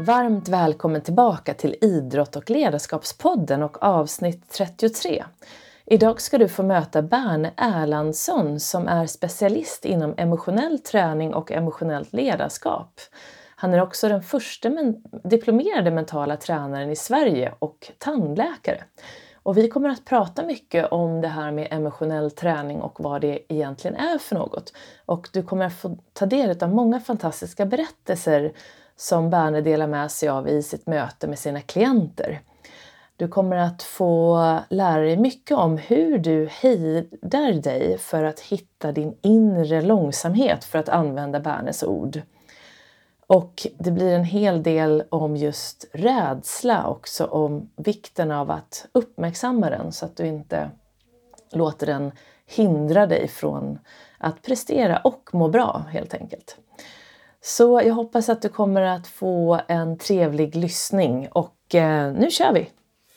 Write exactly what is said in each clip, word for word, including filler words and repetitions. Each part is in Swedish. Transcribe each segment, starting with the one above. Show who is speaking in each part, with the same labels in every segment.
Speaker 1: Varmt välkommen tillbaka till Idrott- och ledarskapspodden och avsnitt trettiotre. Idag ska du få möta Berne Erlandsson som är specialist inom emotionell träning och emotionellt ledarskap. Han är också den första men- diplomerade mentala tränaren i Sverige och tandläkare. Och vi kommer att prata mycket om det här med emotionell träning och vad det egentligen är för något. Och du kommer att få ta del av många fantastiska berättelser som Berne delar med sig av i sitt möte med sina klienter. Du kommer att få lära dig mycket om hur du hejdar dig för att hitta din inre långsamhet, för att använda Bernes ord. Och det blir en hel del om just rädsla också, om vikten av att uppmärksamma den så att du inte låter den hindra dig från att prestera och må bra helt enkelt. Så jag hoppas att du kommer att få en trevlig lyssning och eh, nu kör vi!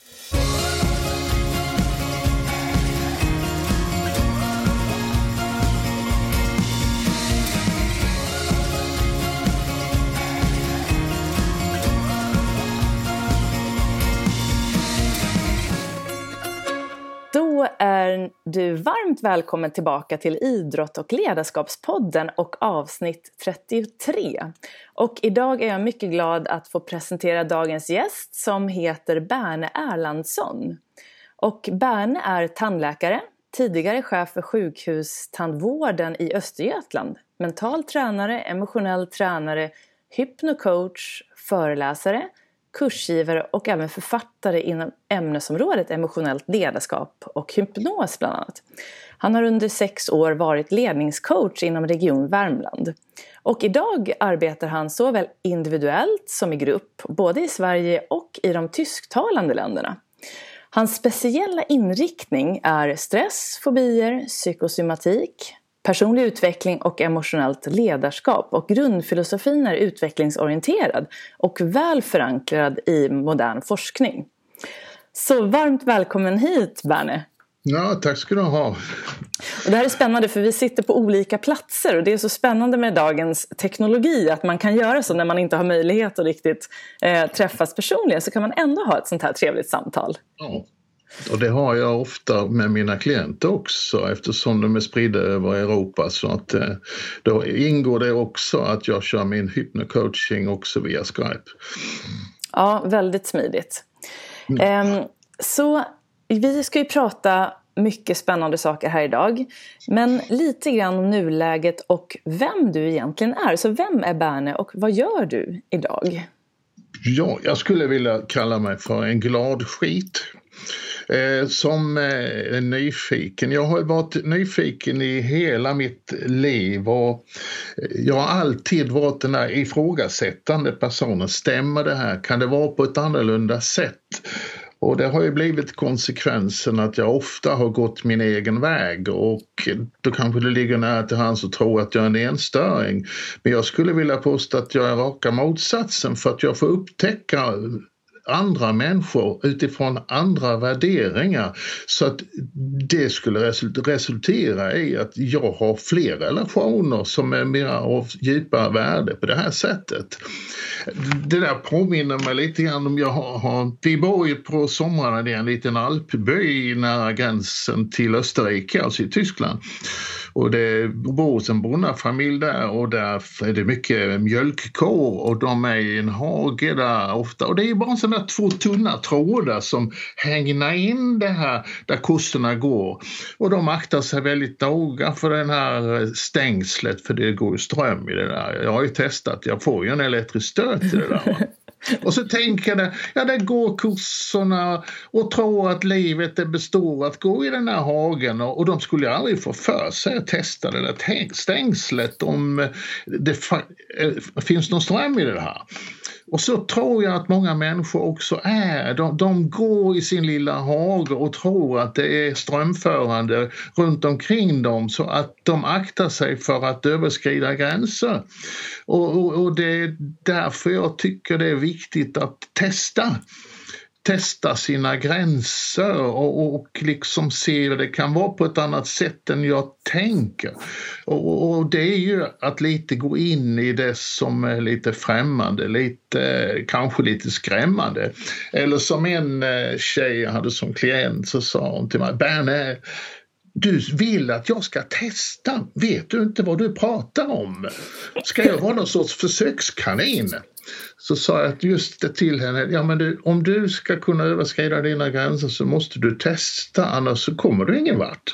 Speaker 1: Då är du varmt välkommen tillbaka till Idrott- och ledarskapspodden och avsnitt trettiotre. Och idag är jag mycket glad att få presentera dagens gäst som heter Berne Erlandsson. Och Berne är tandläkare, tidigare chef för sjukhustandvården i Östergötland, mental tränare, emotionell tränare, hypnocoach, föreläsare, kursgivare och även författare inom ämnesområdet emotionellt ledarskap och hypnos bland annat. Han har under sex år varit ledningscoach inom Region Värmland. Och idag arbetar han såväl individuellt som i grupp, både i Sverige och i de tysktalande länderna. Hans speciella inriktning är stress, fobier, psykosomatik, personlig utveckling och emotionellt ledarskap, och grundfilosofin är utvecklingsorienterad och väl förankrad i modern forskning. Så varmt välkommen hit, Berne.
Speaker 2: Ja, tack ska du ha.
Speaker 1: Och det här är spännande för vi sitter på olika platser och det är så spännande med dagens teknologi att man kan göra så när man inte har möjlighet att riktigt eh, träffas personligen, så kan man ändå ha ett sånt här trevligt samtal.
Speaker 2: Ja. Och det har jag ofta med mina klienter också, eftersom de är spridda över Europa, så att eh, då ingår det också att jag kör min hypnocoaching också via Skype.
Speaker 1: Ja, väldigt smidigt. Mm. Um, så vi ska ju prata mycket spännande saker här idag, men lite grann om nuläget och vem du egentligen är. Så vem är Berne och vad gör du idag?
Speaker 2: Ja, jag skulle vilja kalla mig för en glad skit. Eh, som eh, är nyfiken. Jag har varit nyfiken i hela mitt liv och jag har alltid varit den här ifrågasättande personen. Stämmer det här? Kan det vara på ett annorlunda sätt? Och det har ju blivit konsekvensen att jag ofta har gått min egen väg, och då kanske det ligger nära till hands att tro att jag är en enstöring. Men jag skulle vilja påstå att jag är raka motsatsen, för att jag får upptäcka andra människor utifrån andra värderingar, så att det skulle resultera i att jag har fler relationer som är mer av djupare värde på det här sättet. Det där påminner mig lite grann om jag har, har vi bor ju på somrarna i en liten alpby nära gränsen till Österrike, alltså i Tyskland. Och det bor en bonnafamilj där, och där är det mycket mjölkkor och de är i en hage där ofta. Och det är ju bara sådana två tunna trådar som hänger in det här där kossorna går. Och de aktar sig väldigt noga för den här stängslet, för det går ju ström i det där. Jag har ju testat, jag får ju en elektrisk stöt i det där, va? Och så tänker jag, ja, där går kossorna och tror att livet är består att gå i den här hagen, och, och de skulle aldrig få för sig att testa det där stängslet om det fa- finns någon ström i det här. Och så tror jag att många människor också är. De, de går i sin lilla hage och tror att det är strömförande runt omkring dem, så att de aktar sig för att överskrida gränser. Och, och, och det är därför jag tycker det är viktigt att testa. testa sina gränser och, och liksom se vad det kan vara på ett annat sätt än jag tänker. Och, och det är ju att lite gå in i det som är lite främmande, lite, kanske lite skrämmande. Eller som en tjej jag hade som klient, så sa hon till mig: Berne, du vill att jag ska testa. Vet du inte vad du pratar om? Ska jag vara någon sorts försökskanin? Så sa jag just det till henne: ja, men du, om du ska kunna överskrida dina gränser så måste du testa, annars så kommer du ingen vart.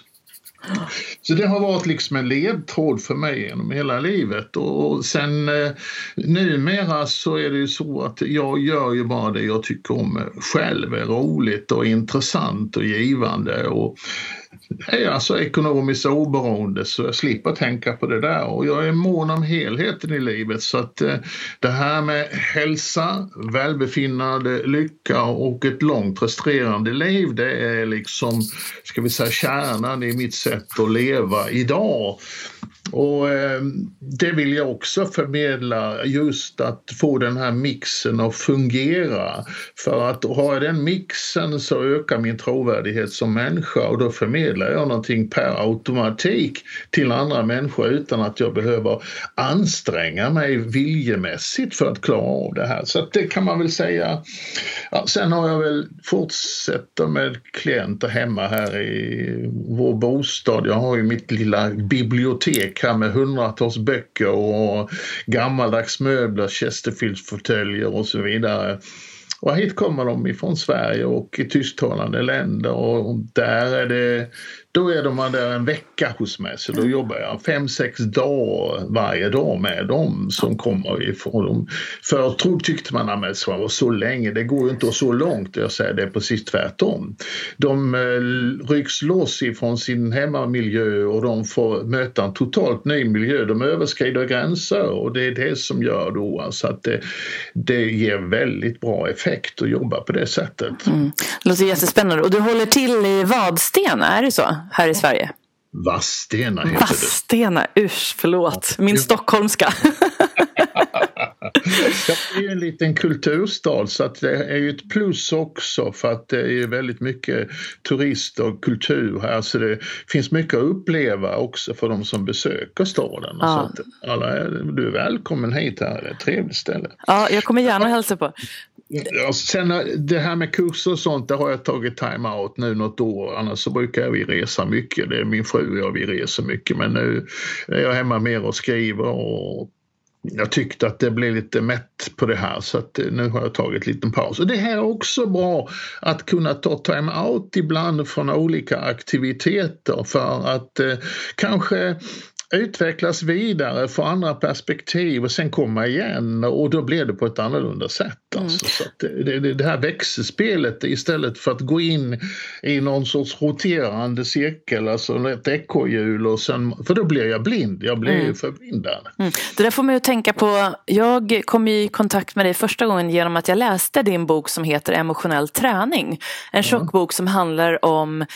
Speaker 2: Så det har varit liksom en ledtråd för mig genom hela livet. Och sen eh, numera så är det ju så att jag gör ju bara det jag tycker om själv, är roligt och intressant och givande. Och är alltså ekonomiskt oberoende, så jag slipper tänka på det där. Och jag är mån om helheten i livet, så att eh, det här med hälsa, välbefinnande, lycka och ett långt resterande liv, det är liksom, ska vi säga, kärnan i mitt sätt att leva idag. Och eh, det vill jag också förmedla, just att få den här mixen att fungera. För att ha den mixen så ökar min trovärdighet som människa, och då förmedlar jag någonting per automatik till andra människor utan att jag behöver anstränga mig viljemässigt för att klara av det här. Så att det kan man väl säga. Ja, sen har jag väl fortsatt med klienter hemma här i vår bostad. Jag har ju mitt lilla bibliotek här med hundratals böcker och gammaldags möbler, Chesterfield-fåtöljer och så vidare. Och hit kommer de ifrån Sverige och i tysktalande länder, och där är det, då är de där en vecka hos mig, så då jobbar jag fem, sex dagar varje dag med dem som kommer ifrån dem. För tror, tyckte man att det var så länge, det går ju inte så långt, jag säger det precis tvärtom. De eh, rycks loss ifrån sin hemmamiljö och de får möta en totalt ny miljö, de överskrider gränser, och det är det som gör då alltså att det, det ger väldigt bra effekt att jobba på det sättet.
Speaker 1: Mm. Det låter jättespännande. Och du håller till i Vadstena, är det så? Här i Sverige?
Speaker 2: Vadstena heter
Speaker 1: Vadstena, det. Usch, förlåt. Min stockholmska.
Speaker 2: Det är ju en liten kulturstad, så att det är ju ett plus också, för att det är ju väldigt mycket turist och kultur här, så det finns mycket att uppleva också för de som besöker staden. Ja. Så att alla är, du är välkommen hit här, det är ett trevligt ställe.
Speaker 1: Ja, jag kommer gärna hälsa på.
Speaker 2: Ja, sen det här med kurser och sånt, det har jag tagit time out nu något år, annars så brukar vi resa mycket, det är min fru och jag, vi reser mycket, men nu är jag hemma mer och skriver, och jag tyckte att det blev lite mätt på det här, så att nu har jag tagit en liten paus. Och det här är också bra, att kunna ta time out ibland från olika aktiviteter för att eh, kanske utvecklas vidare, få andra perspektiv och sen komma igen, och då blir det på ett annorlunda sätt. Alltså. Mm. Så att det, det, det här växelspelet, istället för att gå in i någon sorts roterande cirkel, alltså ett ekorrhjul, och sen, för då blir jag blind, jag blir mm. förblindad. Mm.
Speaker 1: Det där får mig att tänka på, jag kom i kontakt med dig första gången genom att jag läste din bok som heter Emotionell träning, en tjock mm. bok som handlar om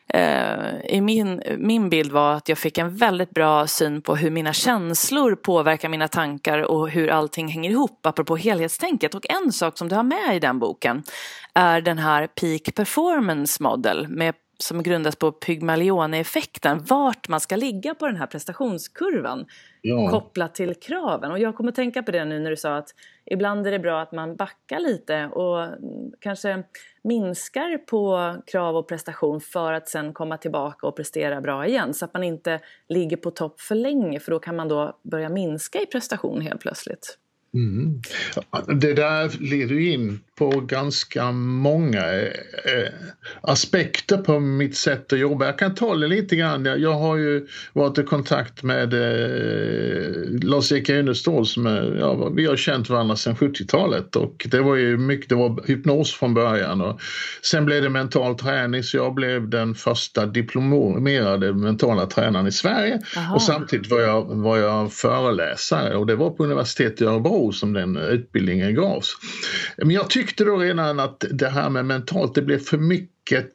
Speaker 1: I min, min bild var att jag fick en väldigt bra syn på hur mina känslor påverkar mina tankar och hur allting hänger ihop, apropå helhetstänket. Och en sak som du har med i den boken är den här peak performance model med, som grundas på Pygmalion-effekten, vart man ska ligga på den här prestationskurvan ja. kopplat till kraven. Och jag kommer tänka på det nu när du sa att ibland är det bra att man backar lite och kanske minskar på krav och prestation för att sen komma tillbaka och prestera bra igen. Så att man inte ligger på topp för länge, för då kan man då börja minska i prestation helt plötsligt.
Speaker 2: Mm. Det där leder in på ganska många eh, aspekter på mitt sätt att jobba. Jag kan ta det lite grann. Jag har ju varit i kontakt med eh, Lars-Erik Unestål som är, ja, vi har känt varandra sedan sjuttiotalet, och det var ju mycket, det var hypnos från början, och sen blev det mental träning, så jag blev den första diplomerade mentala tränaren i Sverige. Aha. Och samtidigt var jag, var jag föreläsare, och det var på universitetet i Örebro som den utbildningen gavs. Men jag tyckte då redan att det här med mentalt, det blev för mycket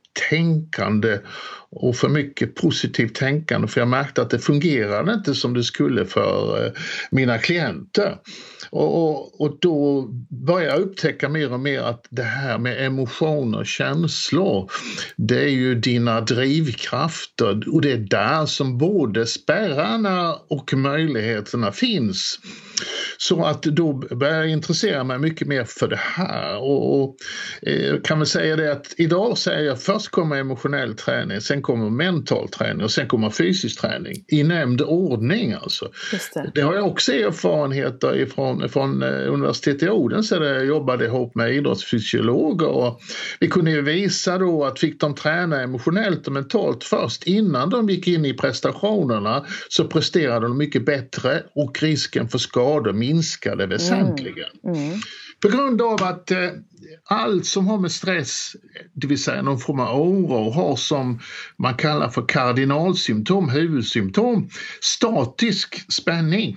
Speaker 2: tänkande och för mycket positivt tänkande, för jag märkte att det fungerade inte som det skulle för eh, mina klienter. Och, och, och då började jag upptäcka mer och mer att det här med emotioner och känslor, det är ju dina drivkrafter, och det är där som både spärrarna och möjligheterna finns. Så att då började jag intressera mig mycket mer för det här, och, och eh, kan väl säga det att idag säger jag först kommer emotionell träning, sen kommer mental träning och sen kommer fysisk träning i nämnd ordning alltså.
Speaker 1: Just det.
Speaker 2: Det har jag också erfarenheter ifrån från universitetet i Odense, där jag jobbade ihop med idrottsfysiologer, och vi kunde ju visa då att fick de träna emotionellt och mentalt först innan de gick in i prestationerna, så presterade de mycket bättre och risken för skador minskade väsentligen. Mm. Mm. På grund av att eh, allt som har med stress, det vill säga någon form av oro, har som man kallar för kardinalsymptom, huvudsymptom, statisk spänning.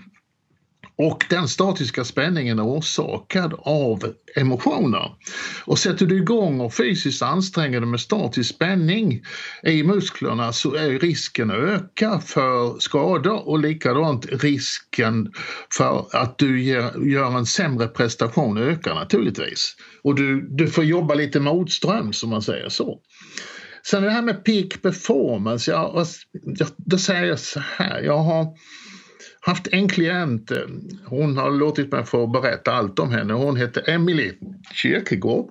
Speaker 2: Och den statiska spänningen är orsakad av emotioner. Och sätter du igång och fysiskt anstränger dig med statisk spänning i musklerna, så är risken att öka för skador, och likadant risken för att du gör en sämre prestation ökar naturligtvis. Och du, du får jobba lite motström, som man säger så. Sen det här med peak performance, jag, jag, då säger jag så här, jag har haft en klient, hon har låtit mig få berätta allt om henne. Hon heter Emily Kierkegaard.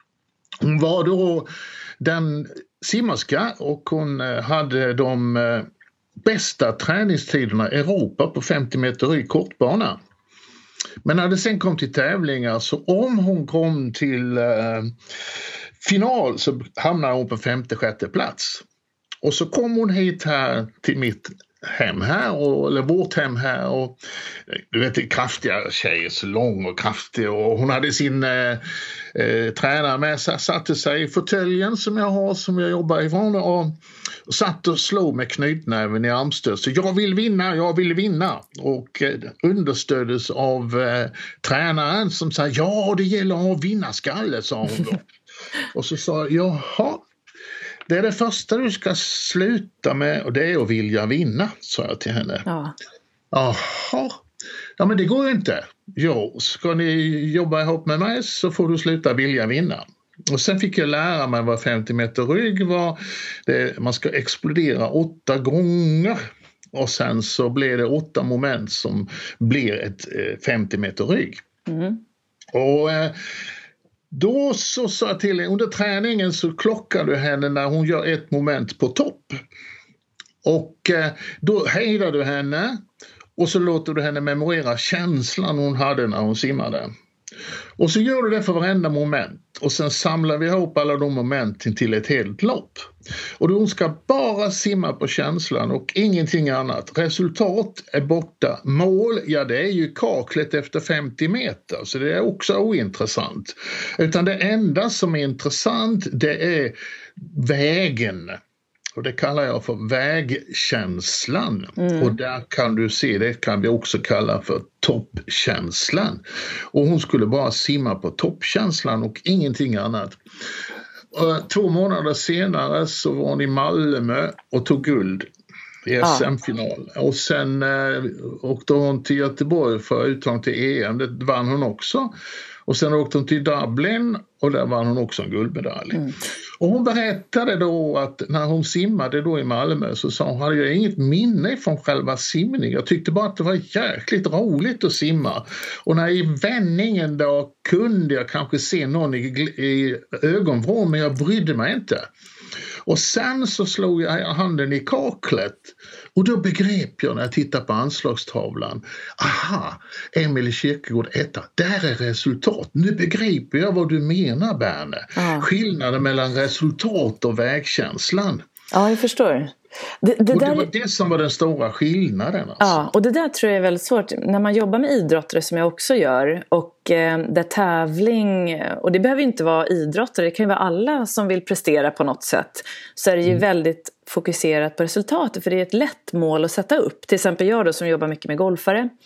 Speaker 2: Hon var då den simmerska, och hon hade de bästa träningstiderna i Europa på femtio meter i kortbana. Men när det sen kom till tävlingar, så om hon kom till eh, final så hamnade hon på femte, sjätte plats. Och så kom hon hit här till mitt hem här, och, eller vårt hem här, och du vet, kraftiga tjejer, så lång och kraftig, och hon hade sin eh, eh, tränare med sig, satte sig i fåtöljen som jag har, som jag jobbar ifrån, och, och satt och slog med knytnäven i armstöd, så jag vill vinna, jag vill vinna, och eh, understöddes av eh, tränaren som sa, ja, det gäller att vinna skalle, sa hon då. Och så sa jag, jaha, det är det första du ska sluta med, och det är att vilja vinna, sa jag till henne. Ja. Jaha, ja men det går ju inte. Jo, ska ni jobba ihop med mig så får du sluta vilja vinna. Och sen fick jag lära mig vad femtio meter rygg var. Det, man ska explodera åtta gånger. Och sen så blir det åtta moment som blir ett eh, femtio meter rygg. Mm. Och eh, då så sa jag till henne, under träningen så klockar du henne när hon gör ett moment på topp. Och eh, då hejdar du henne, och så låter du henne memorera känslan hon hade när hon simmade. Och så gör du det för varenda moment, och sen samlar vi ihop alla de momenten till ett helt lopp. Och hon ska bara simma på känslan och ingenting annat. Resultat är borta. Mål, ja det är ju kaklet efter femtio meter, så det är också ointressant. Utan det enda som är intressant, det är vägen. Och det kallar jag för vägkänslan. Mm. Och där kan du se, det kan vi också kalla för toppkänslan. Och hon skulle bara simma på toppkänslan och ingenting annat. Och två månader senare så var hon i Malmö och tog guld i S M-final. Ja. Och sen eh, åkte hon till Göteborg för uttagning till E M. Det vann hon också. Och sen åkte hon till Dublin, och där vann hon också en guldmedalj. Mm. Och hon berättade då att när hon simmade då i Malmö, så sa hon, hade jag inget minne från själva simning. Jag tyckte bara att det var jäkligt roligt att simma. Och när i vändningen då kunde jag kanske se någon i, i ögonvrån, men jag brydde mig inte. Och sen så slog jag handen i kaklet, och då begrep jag när jag tittade på anslagstavlan, aha, Emily Kierkegaard etta, där är resultat. Nu begriper jag vad du menar, Berne. Ja. Skillnaden mellan resultat och vägkänslan.
Speaker 1: Ja, jag förstår. Det, det,
Speaker 2: och det
Speaker 1: där...
Speaker 2: var det som var den stora skillnaden. Alltså.
Speaker 1: Ja, och det där tror jag är väldigt svårt. När man jobbar med idrottare, som jag också gör, och eh, där tävling, och det behöver inte vara idrottare, det kan ju vara alla som vill prestera på något sätt, så är det ju mm. väldigt fokuserat på resultatet, för det är ett lätt mål att sätta upp. Till exempel jag då, som jobbar mycket med golfare.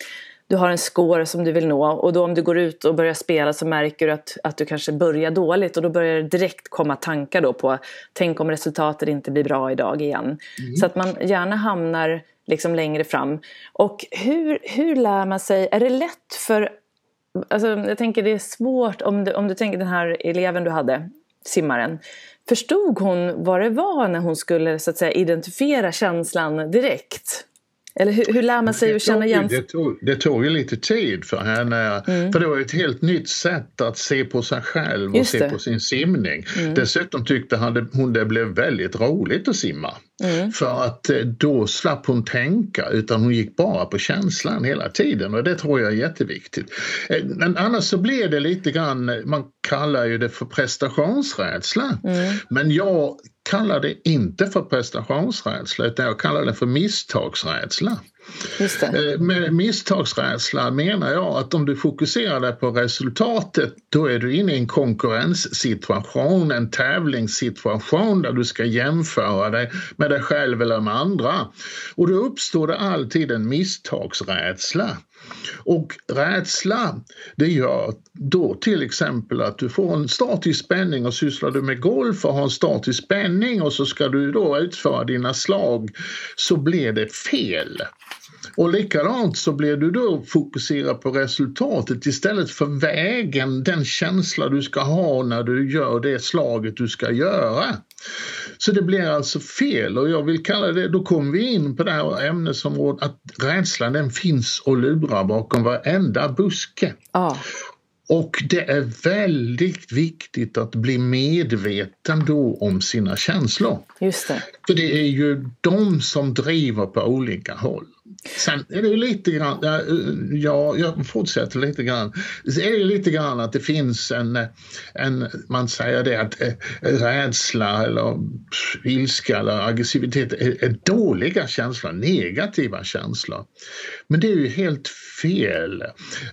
Speaker 1: du har en score som du vill nå, och då om du går ut och börjar spela så märker du att, att du kanske börjar dåligt, och då börjar det direkt komma tankar då på, tänk om resultatet inte blir bra idag igen. Mm. Så att man gärna hamnar liksom längre fram. Och hur, hur lär man sig, är det lätt för, alltså jag tänker det är svårt om du, om du tänker den här eleven du hade, simmaren, förstod hon vad det var när hon skulle så att säga identifiera känslan direkt? Eller hur, hur lär man sig att känna igen?
Speaker 2: Det tog, det tog ju lite tid för henne. Mm. För det var ett helt nytt sätt att se på sig själv och
Speaker 1: Just
Speaker 2: se
Speaker 1: det.
Speaker 2: på sin simning. Mm. Dessutom tyckte hon det blev väldigt roligt att simma. Mm. För att då slapp hon tänka, utan hon gick bara på känslan hela tiden. Och det tror jag är jätteviktigt. Men annars så blev det lite grann, man kallar ju det för prestationsrädsla. Mm. Men jag kallar det inte för prestationsrädsla, utan jag kallar det för misstagsrädsla.
Speaker 1: Just det.
Speaker 2: Med misstagsrädsla menar jag att om du fokuserar på resultatet, då är du inne i en konkurrenssituation, en tävlingssituation där du ska jämföra dig med dig själv eller med andra. Och då uppstår det alltid en misstagsrädsla. Och rädsla, det gör då till exempel att du får en statisk spänning, och sysslar du med golf och har en statisk spänning och så ska du då utföra dina slag, så blir det fel. Och likadant så blir du då fokuserad på resultatet istället för vägen, den känsla du ska ha när du gör det slaget du ska göra. Så det blir alltså fel, och jag vill kalla det, då kommer vi in på det här ämnesområdet, att rädslan den finns och lurar bakom varenda buske.
Speaker 1: Ah.
Speaker 2: Och det är väldigt viktigt att bli medveten då om sina känslor.
Speaker 1: Just det.
Speaker 2: För det är ju de som driver på olika håll. Sen är det ju lite grann, ja, jag fortsätter lite grann, det är lite grann att det finns en, en man säger det att rädsla eller ilska eller aggressivitet är, är dåliga känslor, negativa känslor. Men det är ju helt fel.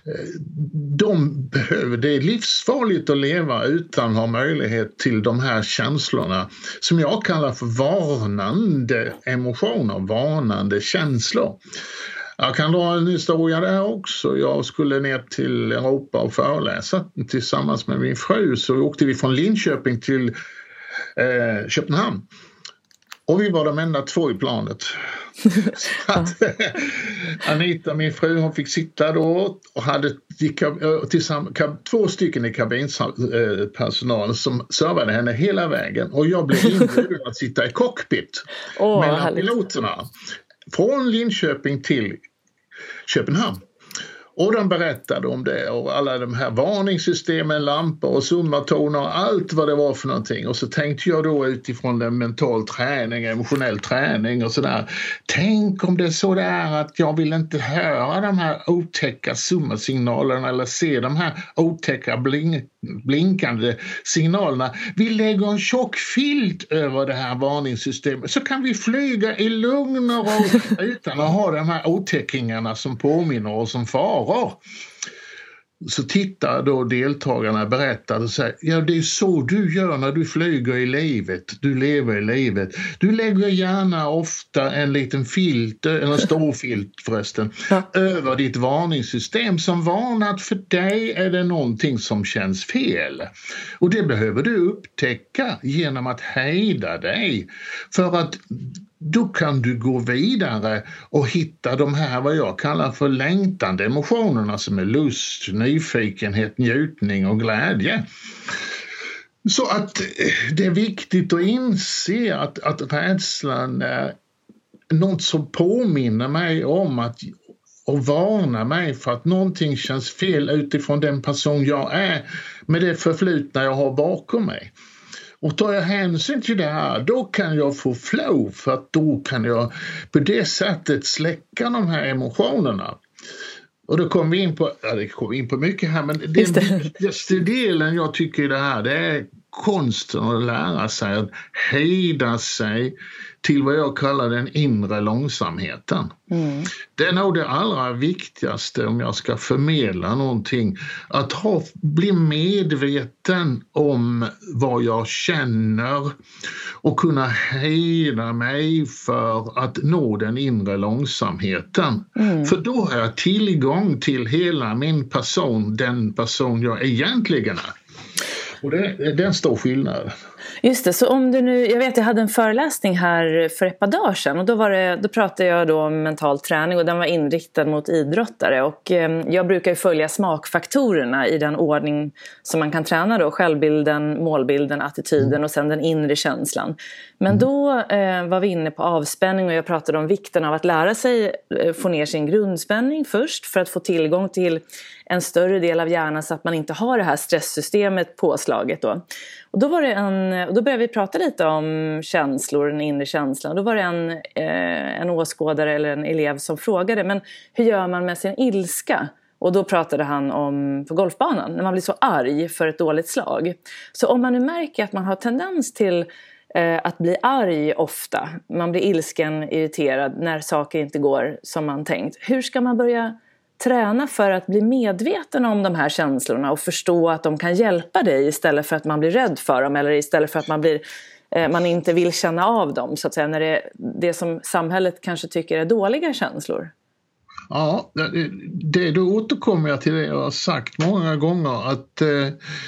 Speaker 2: De behöver, det är livsfarligt att leva utan att ha möjlighet till de här känslorna som jag kallar för varnande emotioner, varnande känslor. Jag kan dra en historia där också. Jag skulle ner till Europa och föreläsa tillsammans med min fru, så åkte vi från Linköping till eh, Köpenhamn. Och vi var de enda två i planet. att, Anita, min fru, hon fick sitta då och hade tillsammans, två stycken i kabinpersonalen som servade henne hela vägen. Och jag blev inbjuden att sitta i cockpit
Speaker 1: oh,
Speaker 2: mellan
Speaker 1: härligt.
Speaker 2: piloterna. Från Linköping till Köpenhamn. Och de berättade om det och alla de här varningssystemen, lampor och summartoner och allt vad det var för någonting. Och så tänkte jag då utifrån den mental träning, emotionell träning och sådär. Tänk om det är så där att jag vill inte höra de här otäcka summasignalerna eller se de här otäcka blink, blinkande signalerna. Vi lägger en tjock filt över det här varningssystemet, så kan vi flyga i lugn och ro utan att ha de här otäckingarna som påminner oss om faror. Så tittar då deltagarna, berättar och säger, ja, det är så du gör när du flyger i livet, du lever i livet. Du lägger gärna ofta en liten filt, eller en stor filt förresten, ja. över ditt varningssystem som varnar att för dig är det någonting som känns fel. Och det behöver du upptäcka genom att hejda dig. För att då kan du gå vidare och hitta de här vad jag kallar för längtande emotionerna som är lust, nyfikenhet, njutning och glädje. Så att det är viktigt att inse att, att rädslan är något som påminner mig om att och varnar mig för att någonting känns fel utifrån den person jag är med det förflutna jag har bakom mig. Och tar jag hänsyn till det här, då kan jag få flow, för att då kan jag på det sättet släcka de här emotionerna. Och då kommer vi in på, ja, det kommer in på mycket här, men den viktigaste delen jag tycker i det här, det är konsten att lära sig att hejda sig till vad jag kallar den inre långsamheten. Mm. Det är nog det allra viktigaste om jag ska förmedla någonting. Att ha, bli medveten om vad jag känner och kunna hejda mig för att nå den inre långsamheten. Mm. För då har jag tillgång till hela min person, den person jag egentligen är. Och det, det är en stor skillnad.
Speaker 1: Just det, så om du nu, jag vet jag hade en föreläsning här för ett par dagar sedan och då, var det, då pratade jag då om mental träning och den var inriktad mot idrottare och eh, jag brukar ju följa smakfaktorerna i den ordning som man kan träna då, självbilden, målbilden, attityden mm. och sen den inre känslan. Men mm. då eh, var vi inne på avspänning och jag pratade om vikten av att lära sig eh, få ner sin grundspänning först för att få tillgång till en större del av hjärnan så att man inte har det här stresssystemet påslaget då. Och då var det en, och då började vi prata lite om känslor, den inre känslan. Då var det en, eh, en åskådare eller en elev som frågade, men hur gör man med sin ilska? Och då pratade han om på golfbanan, när man blir så arg för ett dåligt slag. Så om man nu märker att man har tendens till eh, att bli arg ofta, man blir ilsken, irriterad när saker inte går som man tänkt. Hur ska man börja träna för att bli medveten om de här känslorna och förstå att de kan hjälpa dig istället för att man blir rädd för dem eller istället för att man, blir, eh, man inte vill känna av dem så att säga, när det är det som samhället kanske tycker är dåliga känslor?
Speaker 2: Ja, det, det, då återkommer jag till det jag har sagt många gånger att eh,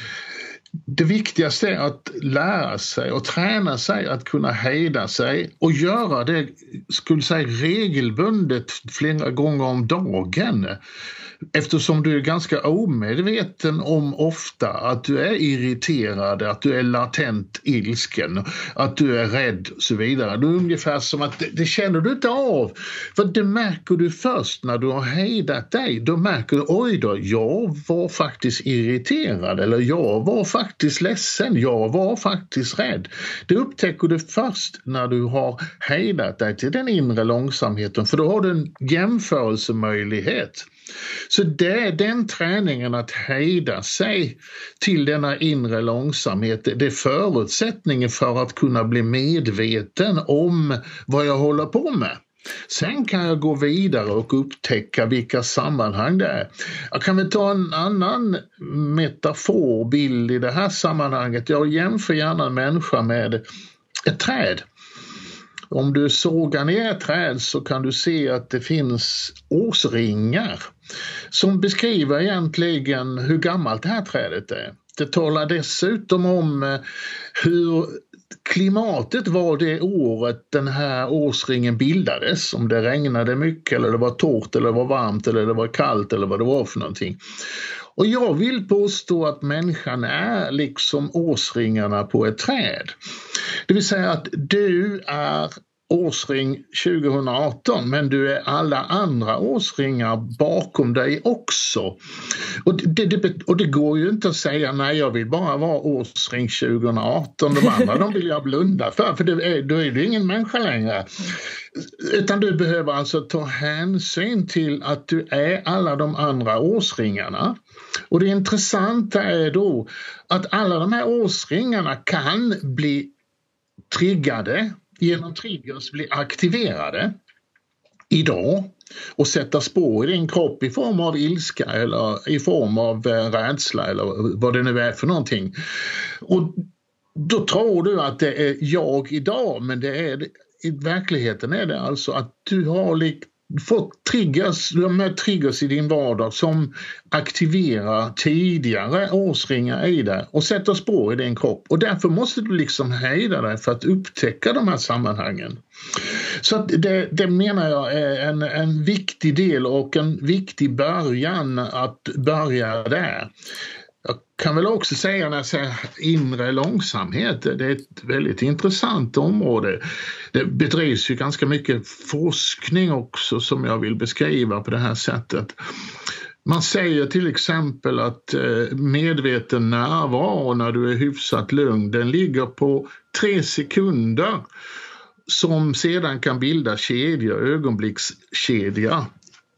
Speaker 2: det viktigaste är att lära sig och träna sig att kunna hejda sig och göra det, skulle säga, regelbundet flera gånger om dagen. Eftersom du är ganska omedveten om ofta att du är irriterad, att du är latent ilsken, att du är rädd och så vidare. Det är ungefär som att det, det känner du inte av. För det märker du först när du har hejdat dig. Då märker du, oj då, jag var faktiskt irriterad eller jag var faktiskt ledsen, jag var faktiskt rädd. Det upptäcker du först när du har hejdat dig till den inre långsamheten, för då har du en jämförelsemöjlighet. Så det är den träningen att hejda sig till denna inre långsamhet. Det är förutsättningen för att kunna bli medveten om vad jag håller på med. Sen kan jag gå vidare och upptäcka vilka sammanhang det är. Jag kan väl ta en annan metaforbild i det här sammanhanget. Jag jämför gärna en människa med ett träd. Om du sågar ner ett träd så kan du se att det finns årsringar som beskriver egentligen hur gammalt det här trädet är. Det talar dessutom om hur klimatet var det året den här årsringen bildades. Om det regnade mycket eller det var torrt eller det var varmt eller det var kallt eller vad det var för någonting. Och jag vill påstå att människan är liksom årsringarna på ett träd. Det vill säga att du är årsring tjugohundraarton, men du är alla andra årsringar bakom dig också. Och det, det, och det går ju inte att säga nej, jag vill bara vara årsring tjugohundraarton, de andra de vill jag blunda för, för det är, då är du ingen människa längre. Utan du behöver alltså ta hänsyn till att du är alla de andra årsringarna. Och det intressanta är då att alla de här årsringarna kan bli triggade, genom triggers bli aktiverade idag och sätta spår i din kropp i form av ilska eller i form av rädsla eller vad det nu är för någonting. Och då tror du att det är jag idag, men det är, i verkligheten är det alltså att du har likt fått triggers, du har med triggers i din vardag som aktiverar tidigare årsringar i dig och sätter spår i din kropp. Och därför måste du liksom hejda dig för att upptäcka de här sammanhangen. Så att det, det menar jag är en, en viktig del och en viktig början att börja där. Jag kan väl också säga när jag säger inre långsamhet, det är ett väldigt intressant område. Det bedrivs ju ganska mycket forskning också som jag vill beskriva på det här sättet. Man säger till exempel att medveten närvaro när du är hyfsat lugn, den ligger på tre sekunder som sedan kan bilda kedjor, ögonblickskedja.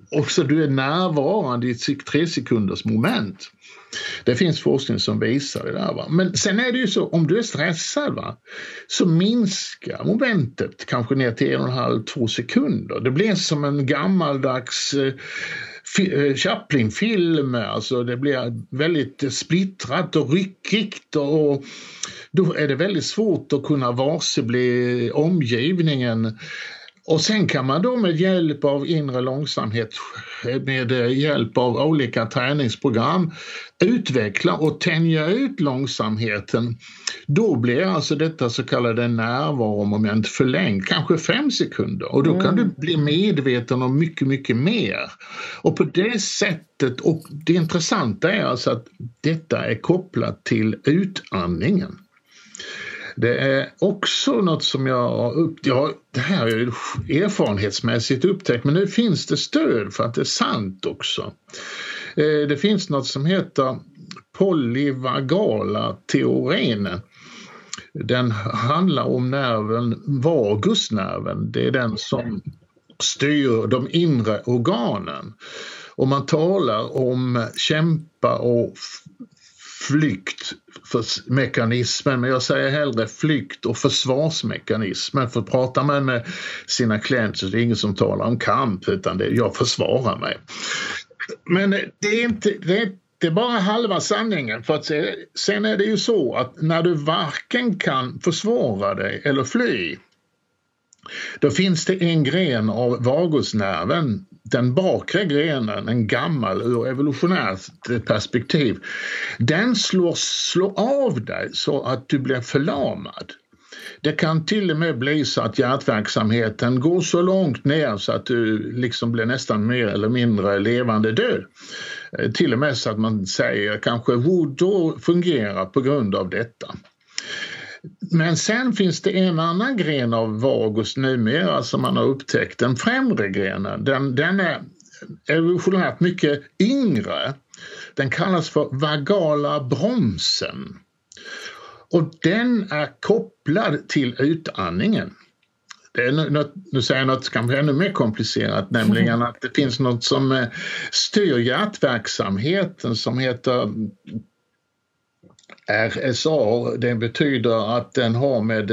Speaker 2: också du är närvarande i ett tre sekunders moment. Det finns forskning som visar det där. Va? Men sen är det ju så, om du är stressad va, så minskar momentet kanske ner till en och en halv, två sekunder. Det blir som en gammaldags eh, fi- Chaplin-film. Alltså det blir väldigt splittrat och ryckigt och då är det väldigt svårt att kunna varsebli omgivningen. Och sen kan man då med hjälp av inre långsamhet, med hjälp av olika träningsprogram utveckla och tänja ut långsamheten. Då blir alltså detta så kallade närvaromoment förlängt, kanske fem sekunder. Och då kan mm. du bli medveten om mycket, mycket mer. Och på det sättet, och det intressanta är alltså att detta är kopplat till utandningen. Det är också något som jag, upp, jag det här är erfarenhetsmässigt upptäckt, men nu finns det stöd för att det är sant också. Det finns något som heter polyvagala teorin. Den handlar om nerven, vagusnerven. Det är den som styr de inre organen. Och man talar om kämpa och flyktmekanismen, men jag säger hellre flykt- och försvarsmekanismen. För pratar man med sina klienter så är det ingen som talar om kamp, utan det är jag försvarar mig. Men det är inte det är, det är bara halva sanningen, för att se, sen är det ju så att när du varken kan försvara dig eller fly, då finns det en gren av vagusnerven, den bakre grenen, en gammal ur evolutionärt perspektiv. Den slår, slår av dig så att du blir förlamad. Det kan till och med bli så att hjärtverksamheten går så långt ner så att du liksom blir nästan mer eller mindre levande död. Till och med så att man säger kanske voodoo fungerar på grund av detta. Men sen finns det en annan gren av vagus numera som man har upptäckt, den främre grenen. Den, den är evolutionärt mycket yngre. Den kallas för vagala bromsen. Och den är kopplad till utandningen. Det är något, nu säger jag något kanske ännu mer komplicerat, nämligen att det finns något som styr hjärtverksamheten som heter R S A. Det betyder att den har med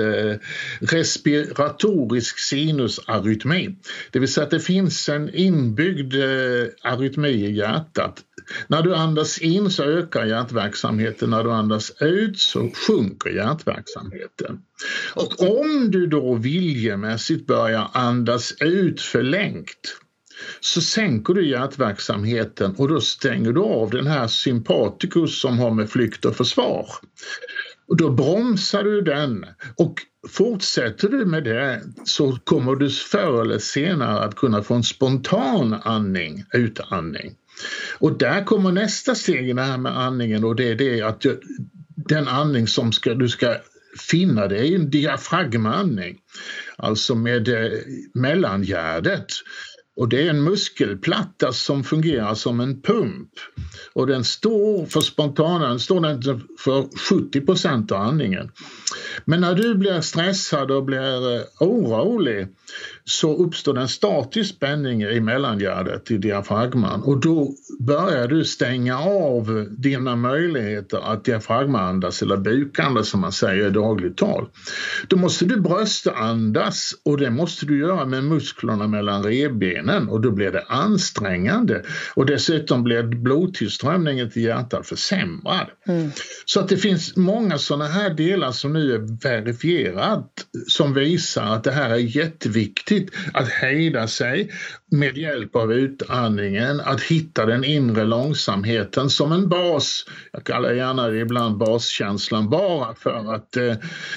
Speaker 2: respiratorisk sinusarytmi. Det vill säga att det finns en inbyggd arytmi i hjärtat. När du andas in så ökar hjärtverksamheten, när du andas ut så sjunker hjärtverksamheten. Och om du då viljemässigt börjar andas ut förlängt, så sänker du hjärtverksamheten och då stänger du av den här sympaticus som har med flykt och försvar. Och då bromsar du den, och fortsätter du med det så kommer du förr eller senare att kunna få en spontan andning, utandning. Och där kommer nästa steg i det här med andningen, och det är det att den andning som ska, du ska finna, det är en diafragmaandning, alltså med mellangärdet. Och det är en muskelplatta som fungerar som en pump. Och den står för spontana, den står den för sjuttio procent av andningen. Men när du blir stressad och blir orolig så uppstår en statisk spänning i mellangärdet, i diafragman. Och då börjar du stänga av dina möjligheter att diafragmaandas eller bukandas, som man säger i dagligt tal. Då måste du bröstandas, och det måste du göra med musklerna mellan revbenen, och då blir det ansträngande. Och dessutom blir blodtillströmningen till hjärtat försämrad. Mm. Så att det finns många sådana här delar som nu är verifierat som visar att det här är jätteviktigt, att hejda sig med hjälp av utandningen, att hitta den inre långsamheten som en bas. Jag kallar gärna det ibland baskänslan, bara för att eh,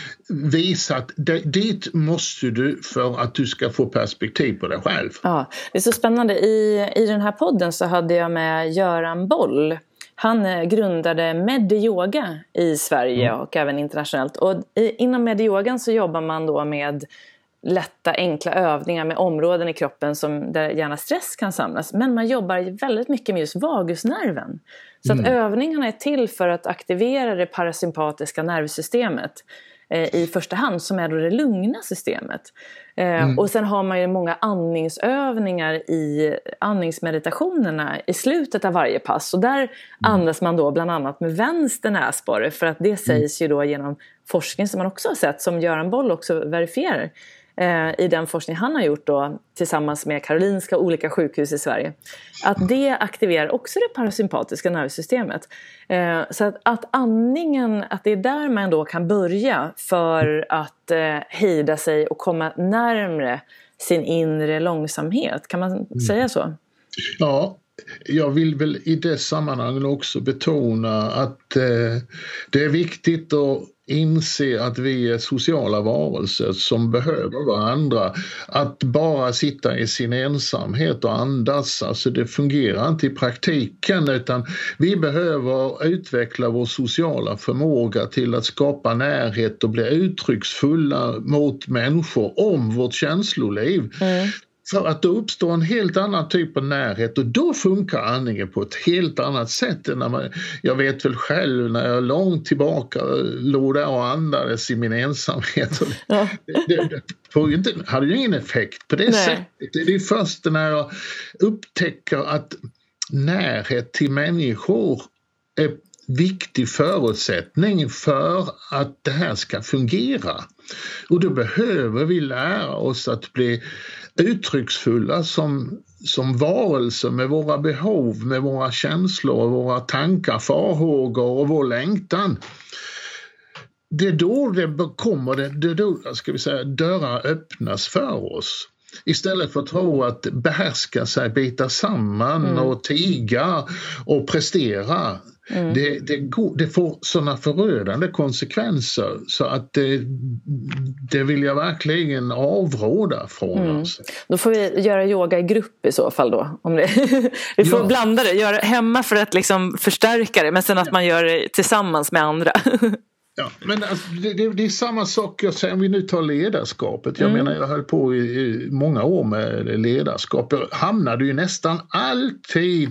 Speaker 2: visa att det, dit måste du för att du ska få perspektiv på dig själv.
Speaker 1: Ja, det är så spännande. I, i den här podden så hade jag med Göran Boll. Han grundade Medyoga i Sverige mm. och även internationellt. Och i, inom Medyogan så jobbar man då med lätta, enkla övningar med områden i kroppen som där gärna stress kan samlas. Men man jobbar väldigt mycket med just vagusnerven. Så mm. att övningarna är till för att aktivera det parasympatiska nervsystemet. eh, i första hand, som är då det lugna systemet. Eh,
Speaker 2: Mm.
Speaker 1: Och sen har man ju många andningsövningar i andningsmeditationerna i slutet av varje pass. Och där mm. andas man då bland annat med vänster näsborre, för att det sägs ju då genom forskning som man också har sett, som Göran Boll också verifierar eh, i den forskning han har gjort då tillsammans med Karolinska och olika sjukhus i Sverige, att det aktiverar också det parasympatiska nervsystemet. Eh, så att, att andningen, att det är där man då kan börja för att eh, hejda sig och komma närmare sin inre långsamhet. Kan man mm. säga så?
Speaker 2: Ja, jag vill väl i det sammanhanget också betona att eh, det är viktigt att inse att vi är sociala varelser som behöver varandra. Att bara sitta i sin ensamhet och andas, alltså det fungerar inte i praktiken, utan vi behöver utveckla vår sociala förmåga till att skapa närhet och bli uttrycksfulla mot människor om vårt känsloliv. Mm. För att då uppstår en helt annan typ av närhet, och då funkar andningen på ett helt annat sätt än när man, jag vet väl själv när jag långt tillbaka låg där och andades i min ensamhet. Ja. Det, det, det inte, hade ju ingen effekt på det Nej. sättet. Det är först när jag upptäcker att närhet till människor är viktig förutsättning för att det här ska fungera. Och då behöver vi lära oss att bli uttrycksfulla som, som varelser med våra behov, med våra känslor, våra tankar, farhågor och vår längtan. Det är då det kommer, det, det är då, ska vi säga, dörrar öppnas för oss. Istället för att tro att behärska sig, bita samman mm. och tiga och prestera. Mm. Det, det, går, det får sådana förödande konsekvenser så att det, det vill jag verkligen avråda från. Mm. Alltså.
Speaker 1: Då får vi göra yoga i grupp i så fall då. Om det. Vi får ja. blanda det, göra hemma för att liksom förstärka det, men sen att ja. man gör det tillsammans med andra.
Speaker 2: Ja, men alltså, det, det, det är samma sak jag säger om vi nu tar ledarskapet. Jag mm. menar, jag höll på i, i många år med ledarskap. Jag hamnade ju nästan alltid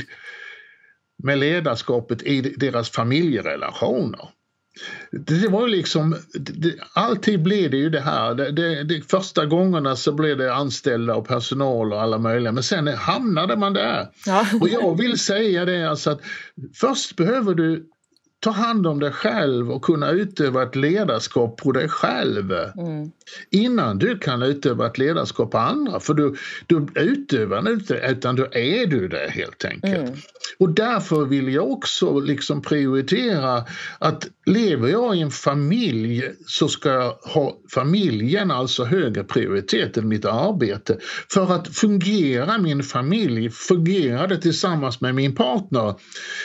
Speaker 2: med ledarskapet i deras familjerelationer. Det var ju liksom, det, alltid blev det ju det här. Det, det, det, första gångerna så blev det anställda och personal och alla möjliga. Men sen hamnade man där. Ja. Och jag vill säga det alltså att först behöver du ta hand om dig själv och kunna utöva ett ledarskap på dig själv mm. innan du kan utöva ett ledarskap på andra. För du, du utövar inte, utan då är du det helt enkelt. Mm. Och därför vill jag också liksom prioritera att lever jag i en familj så ska jag ha familjen alltså högre prioritet än mitt arbete. För att fungera min familj, fungera det tillsammans med min partner,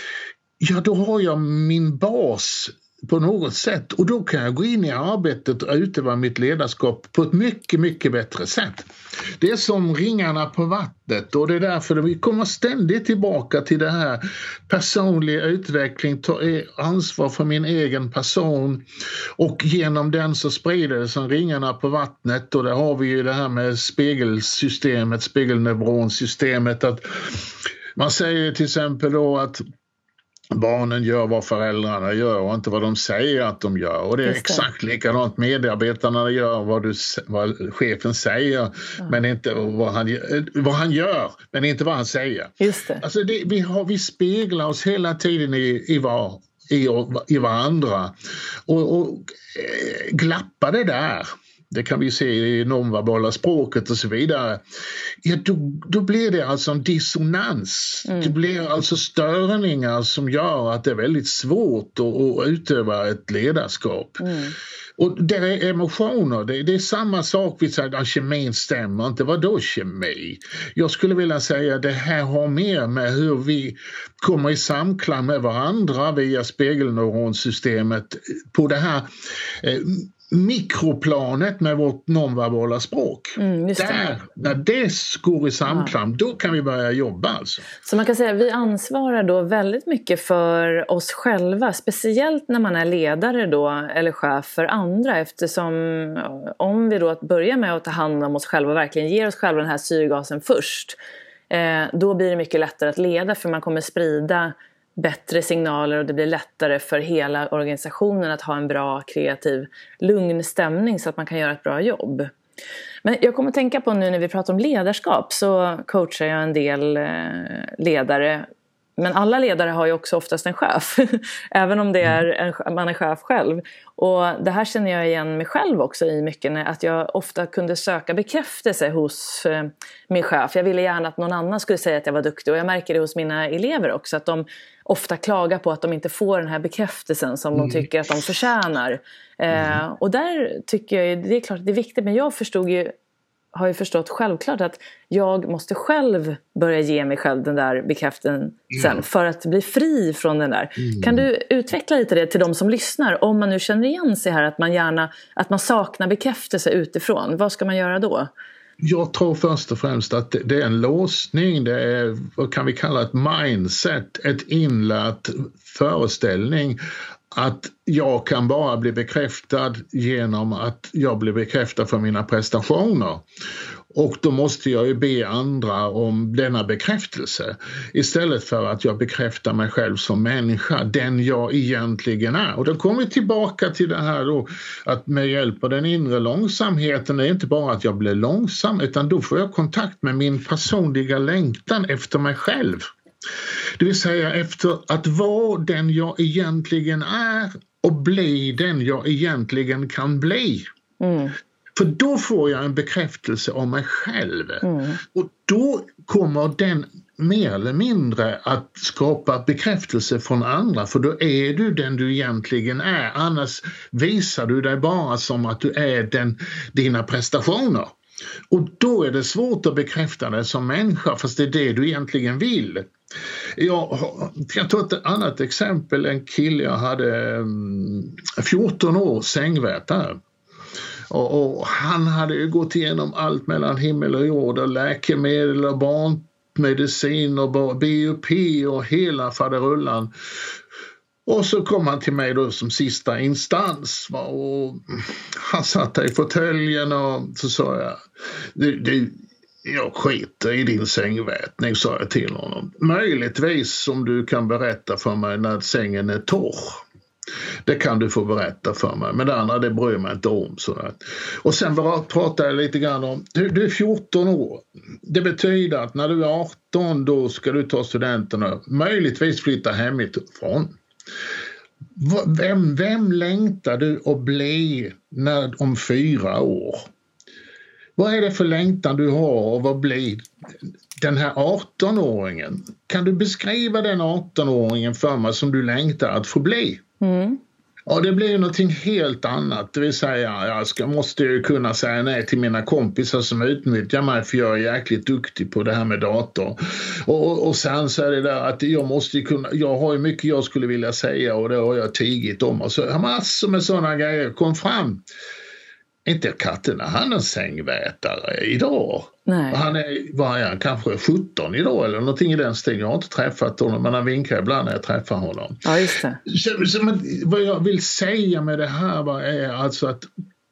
Speaker 2: ja, då har jag min bas på något sätt och då kan jag gå in i arbetet och utöva mitt ledarskap på ett mycket, mycket bättre sätt. Det är som ringarna på vattnet och det är därför vi kommer ständigt tillbaka till det här personliga utveckling, ta ansvar för min egen person och genom den så sprider det som ringarna på vattnet och där har vi ju det här med spegelsystemet, spegelneuronsystemet att man säger till exempel då att barnen gör vad föräldrarna gör och inte vad de säger att de gör. Och det är det. Exakt likadant medarbetarna gör vad, du, vad chefen säger ja. men inte vad han, vad han gör men inte vad han säger.
Speaker 1: Just det.
Speaker 2: Alltså det, vi, har, vi speglar oss hela tiden i, i, var, i, i varandra och, och glappar det där. Det kan vi se i nonverbala språket och så vidare. Ja, då, då blir det alltså en dissonans. Mm. Det blir alltså störningar som gör att det är väldigt svårt att, att utöva ett ledarskap. Mm. Och det är emotioner. Det, det är samma sak vi säger att kemin stämmer inte. Vad då kemi? Jag skulle vilja säga att det här har mer med hur vi kommer i samklang med varandra via spegelneuronsystemet på det här eh, mikroplanet med vårt nonverbala språk. Mm, just det. Där, när det går i samklang, ja. Då kan vi börja jobba alltså.
Speaker 1: Så man kan säga att vi ansvarar då väldigt mycket för oss själva, speciellt när man är ledare då eller chef för andra, eftersom om vi då börjar med att ta hand om oss själva och verkligen ger oss själva den här syrgasen först, eh, då blir det mycket lättare att leda för man kommer sprida bättre signaler och det blir lättare för hela organisationen att ha en bra, kreativ, lugn stämning så att man kan göra ett bra jobb. Men jag kommer att tänka på nu när vi pratar om ledarskap, så coachar jag en del ledare. Men alla ledare har ju också oftast en chef, även om det är en, man är chef själv. Och det här känner jag igen mig själv också i mycket, att jag ofta kunde söka bekräftelse hos eh, min chef. Jag ville gärna att någon annan skulle säga att jag var duktig, och jag märker det hos mina elever också, att de ofta klagar på att de inte får den här bekräftelsen som mm. de tycker att de förtjänar. Eh, och där tycker jag, det är klart det är viktigt, men jag förstod ju har ju förstått självklart att jag måste själv börja ge mig själv den där bekräftelsen mm. för att bli fri från den där. Mm. Kan du utveckla lite det till de som lyssnar, om man nu känner igen sig här, att man gärna att man saknar bekräftelse utifrån, vad ska man göra då?
Speaker 2: Jag tror först och främst att det är en låsning, det är, vad kan vi kalla ett mindset, ett inlärt föreställning att jag kan bara bli bekräftad genom att jag blir bekräftad för mina prestationer. Och då måste jag ju be andra om denna bekräftelse istället för att jag bekräftar mig själv som människa, den jag egentligen är. Och då kommer vi tillbaka till det här då, att med hjälp av den inre långsamheten är inte bara att jag blir långsam, utan då får jag kontakt med min personliga längtan efter mig själv. Det vill säga efter att vara den jag egentligen är och bli den jag egentligen kan bli. Mm. För då får jag en bekräftelse om mig själv. Mm. Och då kommer den mer eller mindre att skapa bekräftelse från andra. För då är du den du egentligen är. Annars visar du dig bara som att du är den, dina prestationer. Och då är det svårt att bekräfta dig som människa, fast det är det du egentligen vill. Jag kan ta ett annat exempel. En kille jag hade fjorton år sängvätare. Och, och han hade ju gått igenom allt mellan himmel och jord, och läkemedel och barnmedicin och B U P och hela faderullan. Och så kom han till mig då som sista instans. Va? Och han satt där i fåtöljen och så sa jag, du, du, jag skiter i din sängvätning, sa jag till honom. Möjligtvis om du kan berätta för mig när sängen är torr. Det kan du få berätta för mig. Men det andra, det bryr mig inte om. Sådär. Och sen pratade jag lite grann om, du, du är fjorton år. Det betyder att när du är arton då ska du ta studenterna. Möjligtvis flytta hemifrån. Vem, vem längtar du att bli när, om fyra år? Vad är det för längtan du har och vad blir den här arton-åringen? Kan du beskriva den arton-åringen för mig som du längtar att få bli? Mm. Ja, det blir ju någonting helt annat. Det vill säga, jag ska, måste ju kunna säga nej till mina kompisar som utnyttjar mig för jag är jäkligt duktig på det här med dator. Och, och, och sen så är det där att jag måste ju kunna, jag har ju mycket jag skulle vilja säga och det har jag tigit om. Och så har massor med sådana grejer kom fram. Inte katten, han är en sängvätare idag. Nej. Han är, vad är han, kanske sjutton idag eller någonting i den stilen. Jag har inte träffat honom, men han vinkar ibland när jag träffar honom.
Speaker 1: Ja, just det.
Speaker 2: Så, så, men, vad jag vill säga med det här är alltså att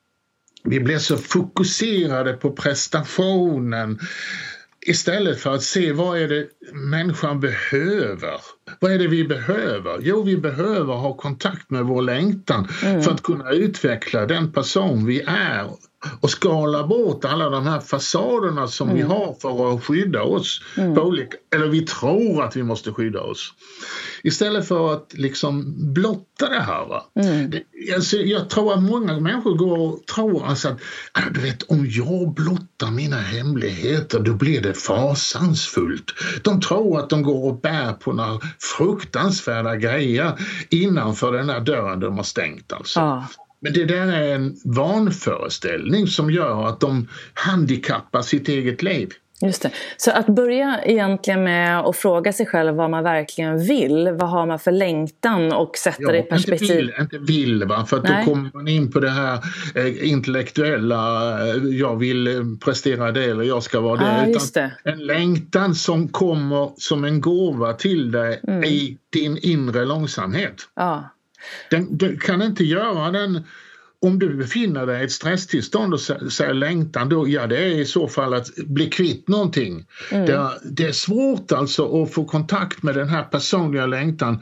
Speaker 2: vi blir så fokuserade på prestationen istället för att se vad är det människan behöver. Vad är det vi behöver? Jo, vi behöver ha kontakt med vår längtan mm. för att kunna utveckla den person vi är och skala bort alla de här fasaderna som mm. vi har för att skydda oss. Mm. På olika, eller vi tror att vi måste skydda oss. Istället för att liksom blotta det här. Va? Mm. Det, alltså, jag tror att många människor går och tror alltså att du vet, om jag blottar mina hemligheter då blir det fasansfullt. De tror att de går och bär på några fruktansvärda grejer innanför den här dörren de har stängt alltså. Ah. Men det där är en vanföreställning som gör att de handikappar sitt eget liv.
Speaker 1: Just det. Så att börja egentligen med att fråga sig själv vad man verkligen vill. Vad har man för längtan och sätta ja, det i perspektiv.
Speaker 2: Inte vill, inte vill va? För att då kommer man in på det här eh, intellektuella, eh, jag vill prestera det eller jag ska vara det.
Speaker 1: Ah,
Speaker 2: utan
Speaker 1: det.
Speaker 2: En längtan som kommer som en gåva till dig mm. i din inre långsamhet.
Speaker 1: Ja.
Speaker 2: Den, du kan inte göra den om du befinner dig i ett stresstillstånd och säger längtan, då, ja, det är i så fall att bli kvitt någonting. Mm. Det, det är svårt alltså att få kontakt med den här personliga längtan.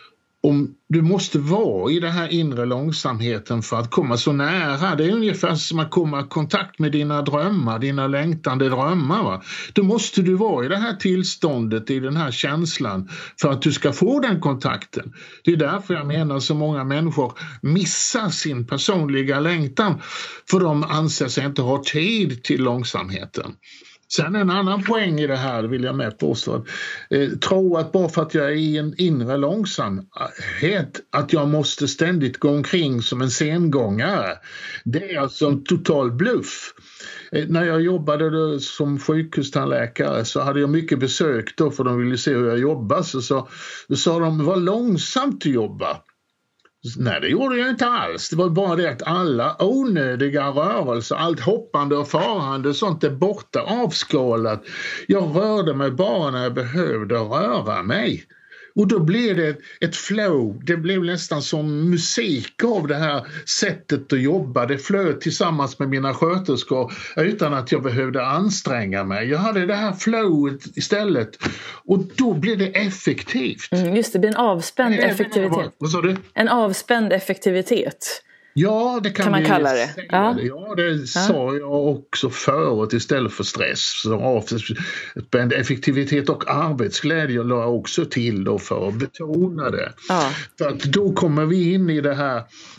Speaker 2: Om du måste vara i den här inre långsamheten för att komma så nära. Det är ungefär som att komma i kontakt med dina drömmar, dina längtande drömmar. Va? Då måste du vara i det här tillståndet, i den här känslan för att du ska få den kontakten. Det är därför jag menar så många människor missar sin personliga längtan, för de anser sig inte ha tid till långsamheten. Sen en annan poäng i det här vill jag med påstå. Att, eh, tro att bara för att jag är i en inre långsamhet att jag måste ständigt gå omkring som en sengångare. Det är alltså en total bluff. Eh, när jag jobbade då, som sjukhustandläkare, så hade jag mycket besök då, för de ville se hur jag jobbar. Så, så, så sa de, vad långsamt du jobbar. Nej, det gjorde jag inte alls. Det var bara det att alla onödiga rörelser, allt hoppande och farande, sånt är borta, avskalat. Jag rörde mig bara när jag behövde röra mig. Och då blev det ett flow, det blev nästan som musik av det här sättet att jobba. Det flöt tillsammans med mina sköterskor utan att jag behövde anstränga mig. Jag hade det här flowet istället och då blev det effektivt.
Speaker 1: Mm, just det, blir en avspänd Även effektivitet.
Speaker 2: Vad sa du?
Speaker 1: En avspänd effektivitet.
Speaker 2: Ja, det kan,
Speaker 1: kan man kalla det.
Speaker 2: Ja, ja det ja. sa jag också förut istället för stress. Så avspänd effektivitet och arbetsglädje la jag också till då för att betona det. Ja. För att då kommer vi in i det här.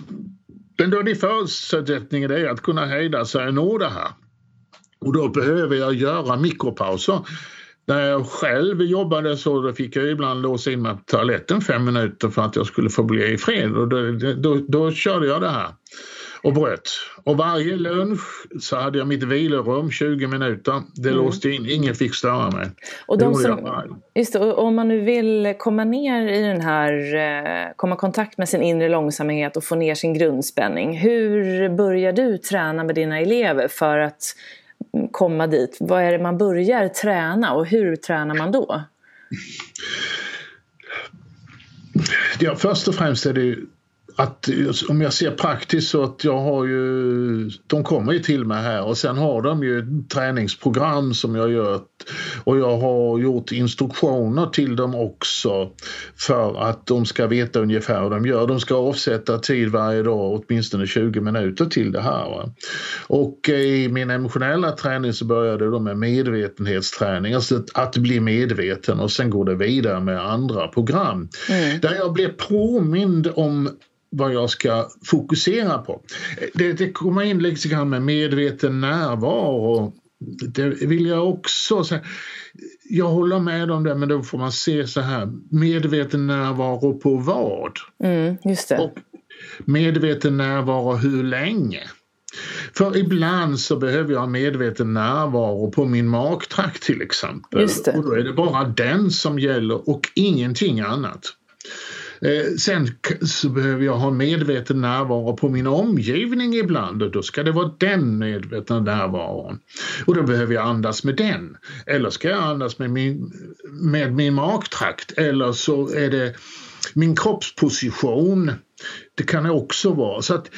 Speaker 2: Men då är det förutsättningen är att kunna hejda sig och nå det här. Och då behöver jag göra mikropauser. När jag själv jobbade så då fick jag ibland låsa in mig på toaletten fem minuter för att jag skulle få bli i fred. Och då, då, då körde jag det här och bröt. Och varje lunch så hade jag mitt vilorum tjugo minuter. Det mm. låste in, ingen fick störa mig.
Speaker 1: Och, de som, just det, och om man nu vill komma ner i den här, komma i kontakt med sin inre långsamhet och få ner sin grundspänning. Hur börjar du träna med dina elever för att komma dit? Vad är det man börjar träna och hur tränar man då?
Speaker 2: Ja, först och främst är det att om jag ser praktiskt så att jag har ju, de kommer ju till mig här och sen har de ju ett träningsprogram som jag gör och jag har gjort instruktioner till dem också för att de ska veta ungefär hur de gör. De ska avsätta tid varje dag, åtminstone tjugo minuter till det här. Va? Och i min emotionella träning så började de med medvetenhetsträning, alltså att bli medveten och sen går det vidare med andra program. Mm. Där jag blir påmind om vad jag ska fokusera på. Det, det kommer in lite grann med medveten närvaro. Det vill jag också säga. Jag håller med om det, men då får man se så här. Medveten närvaro på vad?
Speaker 1: Mm, just det.
Speaker 2: Och medveten närvaro hur länge? För ibland så behöver jag medveten närvaro på min magtrakt till exempel.
Speaker 1: Just det.
Speaker 2: Och då är det bara den som gäller och ingenting annat. Eh, sen så behöver jag ha medveten närvaro på min omgivning ibland och då ska det vara den medvetna närvaron. Och då behöver jag andas med den. Eller ska jag andas med min, med min magtrakt eller så är det min kroppsposition. Det kan det också vara. Så att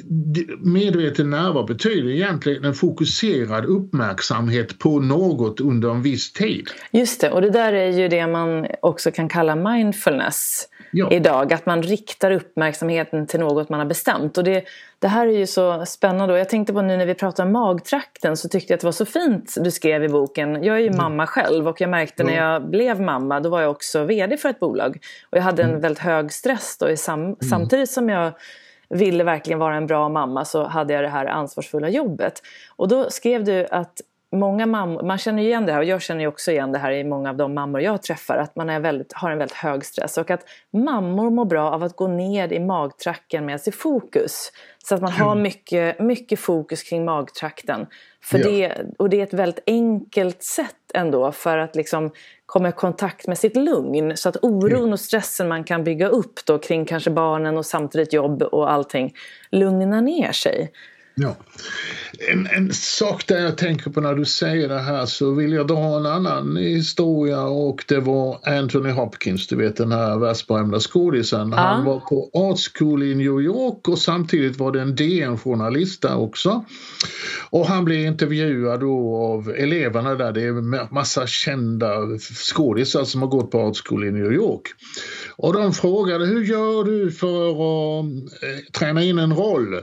Speaker 2: medveten närvaro betyder egentligen en fokuserad uppmärksamhet på något under en viss tid.
Speaker 1: Just det, och det där är ju det man också kan kalla mindfulness. Ja. Idag, att man riktar uppmärksamheten till något man har bestämt. Och det, det här är ju så spännande. Och jag tänkte på nu när vi pratar om magtrakten så tyckte jag att det var så fint du skrev i boken. Jag är ju mm. mamma själv och jag märkte mm. när jag blev mamma, då var jag också vd för ett bolag. Och jag hade en mm. väldigt hög stress då. I sam- mm. Samtidigt som jag ville verkligen vara en bra mamma så hade jag det här ansvarsfulla jobbet. Och då skrev du att många mammor, man känner ju igen det här och jag känner ju också igen det här i många av de mammor jag träffar, att man är väldigt, har en väldigt hög stress och att mammor mår bra av att gå ner i magtracken med sig fokus så att man har mycket, mycket fokus kring magtrakten för ja. det, och det är ett väldigt enkelt sätt ändå för att liksom komma i kontakt med sitt lugn så att oron och stressen man kan bygga upp då kring kanske barnen och samtidigt jobb och allting lugnar ner sig.
Speaker 2: Ja. En, en sak där jag tänker på när du säger det här, så vill jag dra en annan historia, och det var Anthony Hopkins, du vet den här världsberömda skådisen. Ja. Han var på Art School i New York, och samtidigt var det en D N-journalist där också. Och han blev intervjuad då av eleverna där, det är massa kända skådisar som har gått på Art School i New York. Och de frågade, hur gör du för att eh, träna in en roll?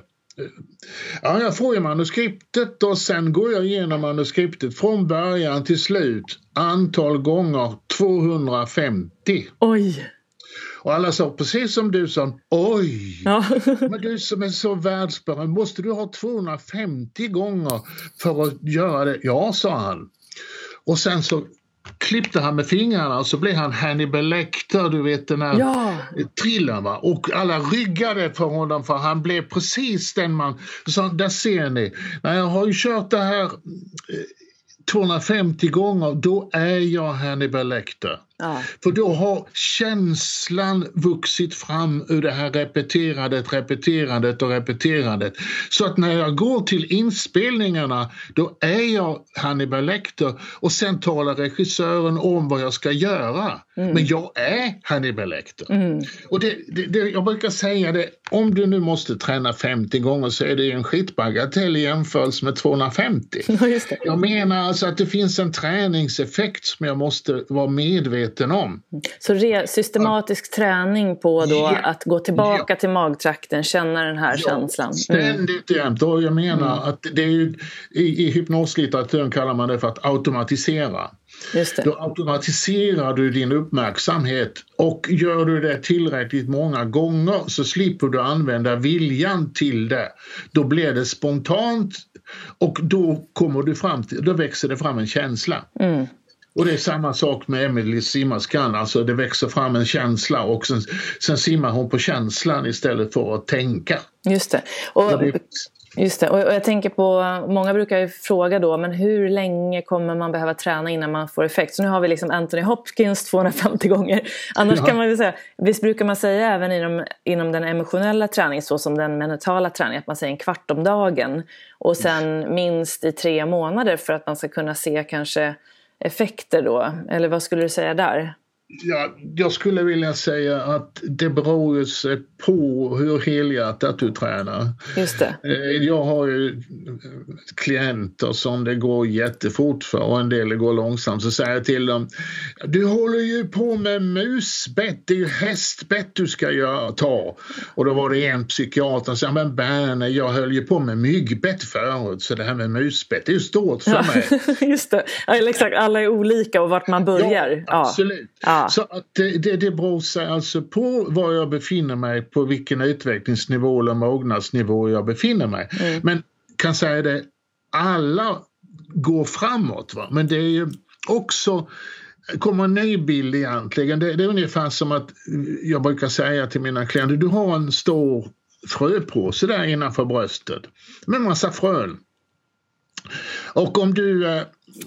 Speaker 2: Ja, jag får ju manuskriptet och sen går jag igenom manuskriptet från början till slut antal gånger tvåhundrafemtio.
Speaker 1: Oj!
Speaker 2: Och alla sa, precis som du sa, oj!
Speaker 1: Ja.
Speaker 2: Men du som är så världsberömd, måste du ha tvåhundrafemtio gånger för att göra det? Ja, sa han. Och sen så klippte han med fingrarna och så blev han Hannibal Lecter, du vet den här ja. trillen, va? Och alla ryggade för honom, för han blev precis den man. Så där ser ni, när jag har ju kört det här tvåhundrafemtio gånger, då är jag Hannibal Lecter. Ja. För då har känslan vuxit fram ur det här repeterandet, repeterandet och repeterandet. Så att när jag går till inspelningarna, då är jag Hannibal Lecter, och sen talar regissören om vad jag ska göra. Mm. Men jag är Hannibal Lecter. Mm. Och det, det, det, jag brukar säga det, om du nu måste träna femtio gånger så är det en skitbagatell i jämförelse med tvåhundrafemtio. Ja, just det. Jag menar alltså att det finns en träningseffekt som jag måste vara medveten om.
Speaker 1: Så re- systematisk ja. träning på då ja. att gå tillbaka ja. till magtrakten, känna den här ja. känslan. Mm.
Speaker 2: Ständigt jämt. Och jag menar mm. att det är ju, i, i hypnoslitteraturen kallar man det för att automatisera. Just det. Då automatiserar du din uppmärksamhet, och gör du det tillräckligt många gånger så slipper du använda viljan till det. Då blir det spontant, och då kommer du fram till, då växer det fram en känsla. Mm. Och det är samma sak med Emily simmarskan, alltså det växer fram en känsla, och sen, sen simmar hon på känslan istället för att tänka.
Speaker 1: Just det. Och, det just det. Och jag tänker på, många brukar ju fråga då, men hur länge kommer man behöva träna innan man får effekt? Så nu har vi liksom Anthony Hopkins tvåhundrafemtio gånger. Annars ja. kan man ju säga, visst brukar man säga även inom, inom den emotionella träningen, så som den mentala träningen, att man säger en kvart om dagen och sen minst i tre månader för att man ska kunna se kanske effekter då, eller vad skulle du säga där?
Speaker 2: Ja, jag skulle vilja säga att det beror sig på hur helhjärtat du tränar.
Speaker 1: Just det.
Speaker 2: Jag har ju klienter som det går jättefort för, och en del går långsamt. Så säger jag till dem, du håller ju på med musbett, det är ju hästbett du ska göra, ta. Och då var det en psykiater som sa, men Berne, jag höll ju på med myggbett förut, så det här med musbett, det är ju stort för
Speaker 1: ja.
Speaker 2: mig.
Speaker 1: Just det, ja, exakt, alla är olika och vart man börjar.
Speaker 2: Ja, absolut. Ja. Så att det, det, det beror sig alltså på var jag befinner mig, på vilken utvecklingsnivå eller mognadsnivå jag befinner mig. Mm. Men kan säga det, alla går framåt, va? Men det är ju också, kommer en ny bild egentligen. Det, det är ungefär som att jag brukar säga till mina klienter, du har en stor fröpåse där innanför bröstet med en massa frön. Och om du... Eh,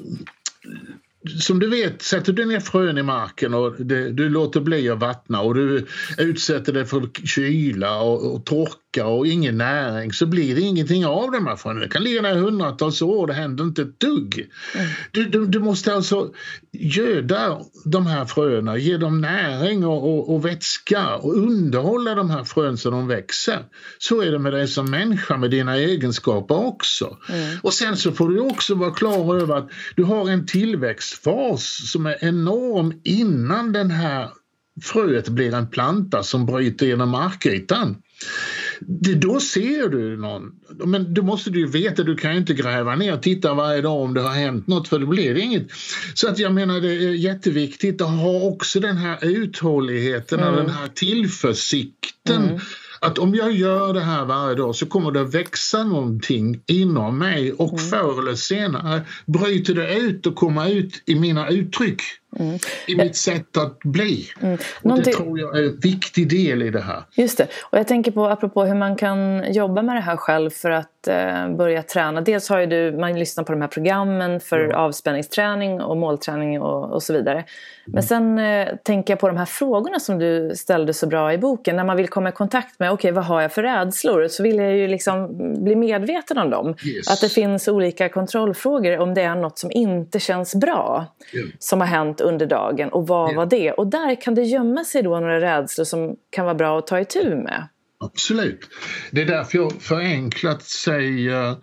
Speaker 2: som du vet, sätter du ner frön i marken och det, du låter bli att vattna, och du utsätter det för kyla och, och torka och ingen näring, så blir det ingenting av de här fröna. Det kan ligga där hundratals år och det händer inte ett dugg. Mm. Du, du, du måste alltså göda de här fröna, ge dem näring och, och, och vätska och underhålla de här frön så de växer. Så är det med dig som människa, med dina egenskaper också. Mm. Och sen så får du också vara klar över att du har en tillväxtfas som är enorm innan den här fröet blir en planta som bryter genom markytan. Det, då ser du någon, men då måste du ju veta, du kan ju inte gräva ner och titta varje dag om det har hänt något, för det blir inget. Så att jag menar, det är jätteviktigt att ha också den här uthålligheten och mm. den här tillförsikten. Mm. Att om jag gör det här varje dag så kommer det växa någonting inom mig, och mm. förr eller senare bryter det ut och kommer ut i mina uttryck.
Speaker 1: Mm.
Speaker 2: I mitt sätt att bli. Mm. Och Någonting... det tror jag är en viktig del i det här.
Speaker 1: Just det. Och jag tänker på, apropå hur man kan jobba med det här själv för att eh, börja träna. Dels har ju du, man lyssnar på de här programmen för mm. avspänningsträning och målträning och, och så vidare. Men sen eh, tänker jag på de här frågorna som du ställde så bra i boken. När man vill komma i kontakt med, okej, okay, vad har jag för rädslor? Så vill jag ju liksom bli medveten om dem.
Speaker 2: Yes.
Speaker 1: Att det finns olika kontrollfrågor om det är något som inte känns bra. Yeah. Som har hänt under dagen. Och vad yeah. var det? Och där kan det gömma sig då några rädslor som kan vara bra att ta itu med.
Speaker 2: Absolut. Det är därför jag förenklat säger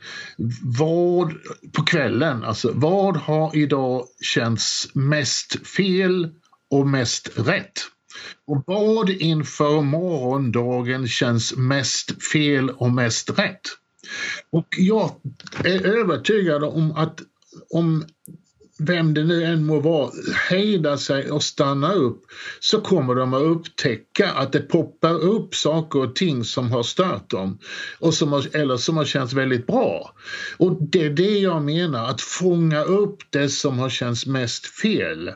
Speaker 2: vad på kvällen, alltså vad har idag känts mest fel och mest rätt? Och vad inför morgondagen känns mest fel och mest rätt? Och jag är övertygad om att om vem det nu än må vara, hejda sig och stanna upp, så kommer de att upptäcka att det poppar upp saker och ting som har stört dem och som har, eller som har känts väldigt bra. Och det är det jag menar, att fånga upp det som har känts mest fel.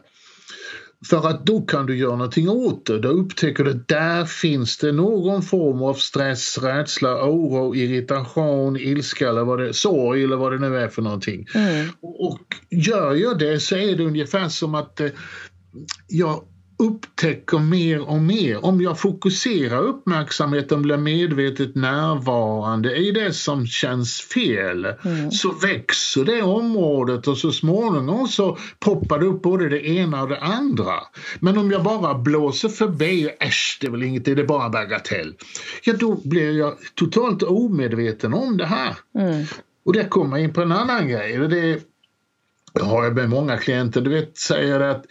Speaker 2: För att då kan du göra någonting åt det. Då upptäcker du att där finns det någon form av stress, rädsla, oro, irritation, ilska eller vad det, sorg eller vad det nu är för någonting. Mm. Och, och gör jag det så är det ungefär som att eh, jag upptäcker mer och mer. Om jag fokuserar uppmärksamheten, blir medvetet närvarande i det som känns fel, mm. så växer det området och så småningom så poppar det upp både det ena och det andra. Men om jag bara blåser förbi, äsch, det är väl inget, det är bara bagatell. Ja, då blir jag totalt omedveten om det här. Mm. Och det kommer in på en annan grej. Det har jag med många klienter, du vet, säger att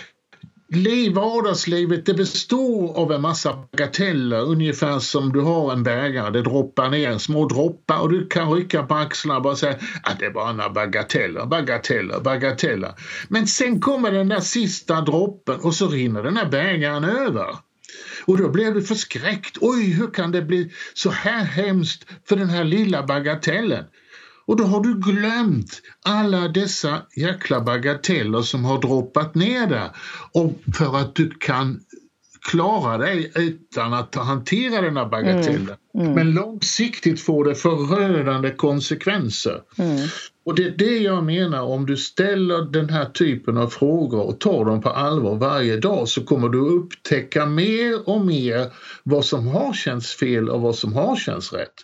Speaker 2: Liv, vardagslivet, det består av en massa bagateller, ungefär som du har en bägare, det droppar ner små droppar och du kan rycka på axlarna och bara säga att det är bara några bagateller, bagateller, bagateller. Men sen kommer den där sista droppen och så rinner den här bägaren över. Och då blir du förskräckt. Oj, hur kan det bli så här hemskt för den här lilla bagatellen? Och då har du glömt alla dessa jäkla bagateller som har droppat ner där. Och för att du kan klara dig utan att hantera den här bagatellen. Mm. Mm. Men långsiktigt får det förödande konsekvenser. Mm. Och det är det jag menar, om du ställer den här typen av frågor och tar dem på allvar varje dag, så kommer du upptäcka mer och mer vad som har känts fel och vad som har känts rätt.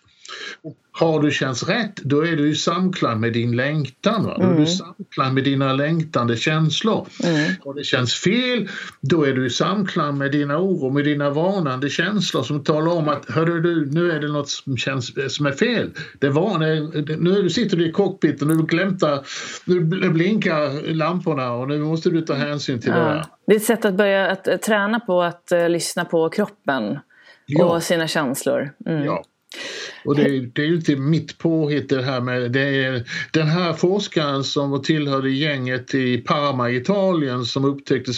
Speaker 2: Har du känns rätt, då är du i samklang med din längtan. Va? Mm. Då är du i samklang med dina längtande känslor. Mm. Har det känns fel, då är du i samklang med dina oro, med dina varnande känslor som talar om att hörru du, nu är det något som känns som är fel. Det var, nu sitter du i cockpiten och nu glämtar, nu blinkar lamporna och nu måste du ta hänsyn till ja. det där.
Speaker 1: Det är ett sätt att börja att träna på att uh, lyssna på kroppen ja. och sina känslor. Mm. Ja.
Speaker 2: Och det är, det är ju inte mitt påhitt det här med, det är den här forskaren som tillhörde gänget i Parma i Italien som upptäckte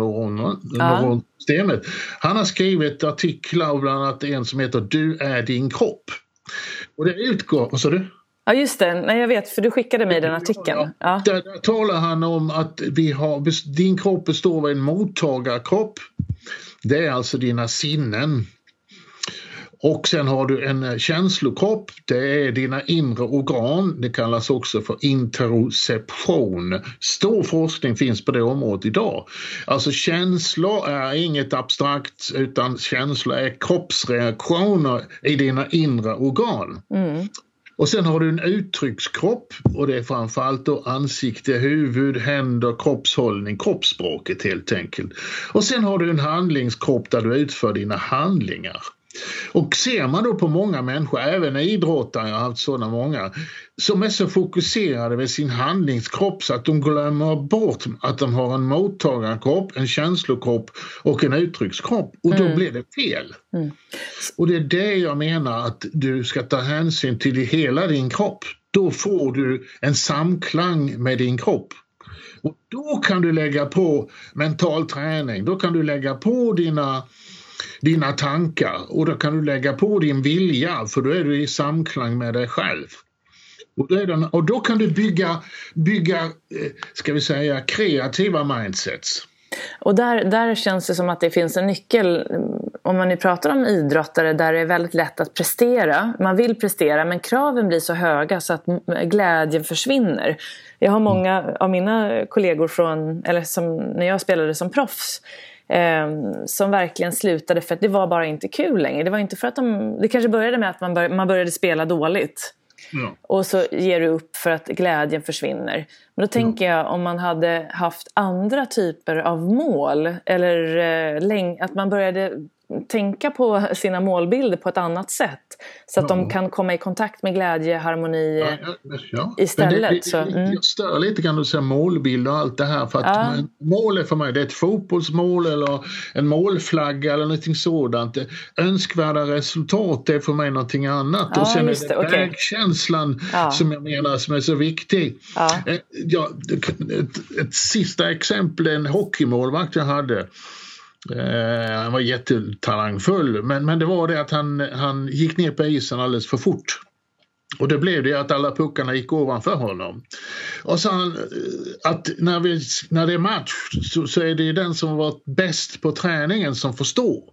Speaker 2: spegelneuronsystemet. Ja. Han har skrivit artiklar, bland annat en som heter Du är din kropp. Och det utgår, vad sa du?
Speaker 1: Ja just det, nej jag vet, för du skickade mig den artikeln. Ja.
Speaker 2: Där, där talar han om att vi har, din kropp består av en mottagarkropp. Det är alltså dina sinnen. Och sen har du en känslokropp, det är dina inre organ, det kallas också för interoception. Stor forskning finns på det området idag. Alltså känslor är inget abstrakt, utan känslor är kroppsreaktioner i dina inre organ. Mm. Och sen har du en uttryckskropp, och det är framförallt då ansikte, huvud, händer, kroppshållning, kroppsspråket helt enkelt. Och sen har du en handlingskropp där du utför dina handlingar. Och ser man då på många människor, även idrottare, jag har haft sådana många, som är så fokuserade vid sin handlingskropp så att de glömmer bort att de har en mottagarkropp, en känslokropp och en uttryckskropp. Och då mm. blir det fel. Mm. Och det är det jag menar, att du ska ta hänsyn till i hela din kropp. Då får du en samklang med din kropp. Och då kan du lägga på mental träning, då kan du lägga på dina dina tankar, och då kan du lägga på din vilja, för då är du i samklang med dig själv. Och då, är det, och då kan du bygga, bygga ska vi säga, kreativa mindsets.
Speaker 1: Och där, där känns det som att det finns en nyckel, om man nu pratar om idrottare där det är väldigt lätt att prestera. Man vill prestera men kraven blir så höga så att glädjen försvinner. Jag har många av mina kollegor från, eller som när jag spelade som proffs, eh, som verkligen slutade för att det var bara inte kul längre. Det var inte för att de, det kanske började med att man, bör, man började spela dåligt. Ja. Och så ger du upp för att glädjen försvinner. Men då tänker ja. jag om man hade haft andra typer av mål, eller eh, läng- att man började tänka på sina målbilder på ett annat sätt. Så att ja. de kan komma i kontakt med glädje, harmoni ja, ja, ja. istället. Men det, det,
Speaker 2: så, mm. Jag stör lite kan du säga målbild och allt det här. För att ja. målet för mig, det är ett fotbollsmål eller en målflagga eller någonting sådant. Önskvärda resultat är för mig någonting annat. Ja, och sen är det okay. vägkänslan ja. som jag menar som är så viktig. Ja. Ja, ett, ett sista exempel är en hockeymålvakt jag hade. Uh, han var jättetalangfull men, men det var det att han, han gick ner på isen alldeles för fort och det blev det att alla puckarna gick ovanför honom och så han, att när, vi, när det är match så, så är det den som var bäst på träningen som förstår.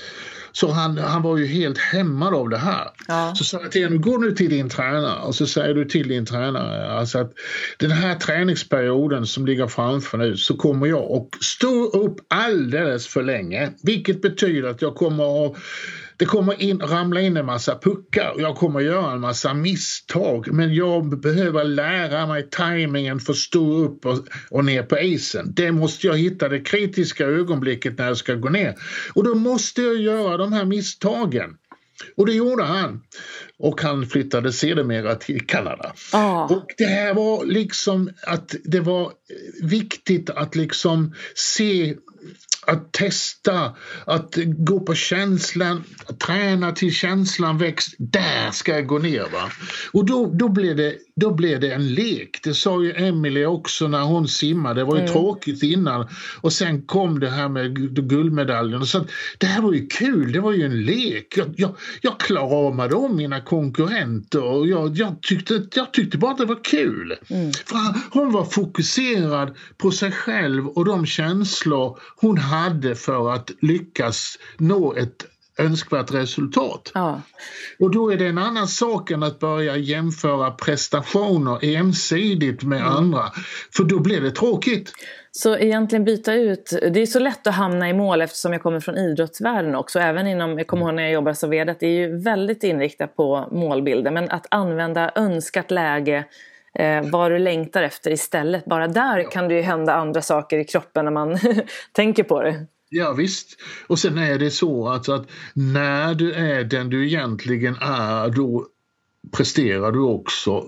Speaker 2: Så han, han var ju helt hämmad av det här. Ja. Så sa jag till honom, gå nu till din tränare. Och så säger du till din tränare alltså att den här träningsperioden som ligger framför nu så kommer jag att stå upp alldeles för länge. Vilket betyder att jag kommer att Det kommer in, ramla in en massa puckar och jag kommer göra en massa misstag. Men jag behöver lära mig tajmingen för att stå upp och, och ner på isen. Det måste jag hitta det kritiska ögonblicket när jag ska gå ner. Och då måste jag göra de här misstagen. Och det gjorde han. Och han flyttade sedermera till Kanada. Oh. Och det här var liksom att det var viktigt att liksom se, att testa, att gå på känslan, att träna till känslan växt. Där ska jag gå ner va. Och då, då, blev det, då blev det en lek. Det sa ju Emily också när hon simmade. Det var ju mm. tråkigt innan. Och sen kom det här med guldmedaljen. Så att det här var ju kul. Det var ju en lek. Jag, jag, jag klarade om mina konkurrenter. Och jag, jag, tyckte, jag tyckte bara att det var kul. Mm. För hon var fokuserad på sig själv och de känslor hon hade för att lyckas nå ett önskvärt resultat. Ja. Och då är det en annan sak än att börja jämföra prestationer ensidigt med mm. andra. För då blir det tråkigt.
Speaker 1: Så egentligen byta ut, det är så lätt att hamna i mål eftersom jag kommer från idrottsvärlden också. Även inom, jag kommer ihåg när jag jobbar som vd, det är ju väldigt inriktat på målbilder. Men att använda önskat läge, eh, vad du längtar efter istället. Bara där ja. kan det ju hända andra saker i kroppen när man tänker på det.
Speaker 2: Ja visst, och sen är det så alltså att när du är den du egentligen är, då presterar du också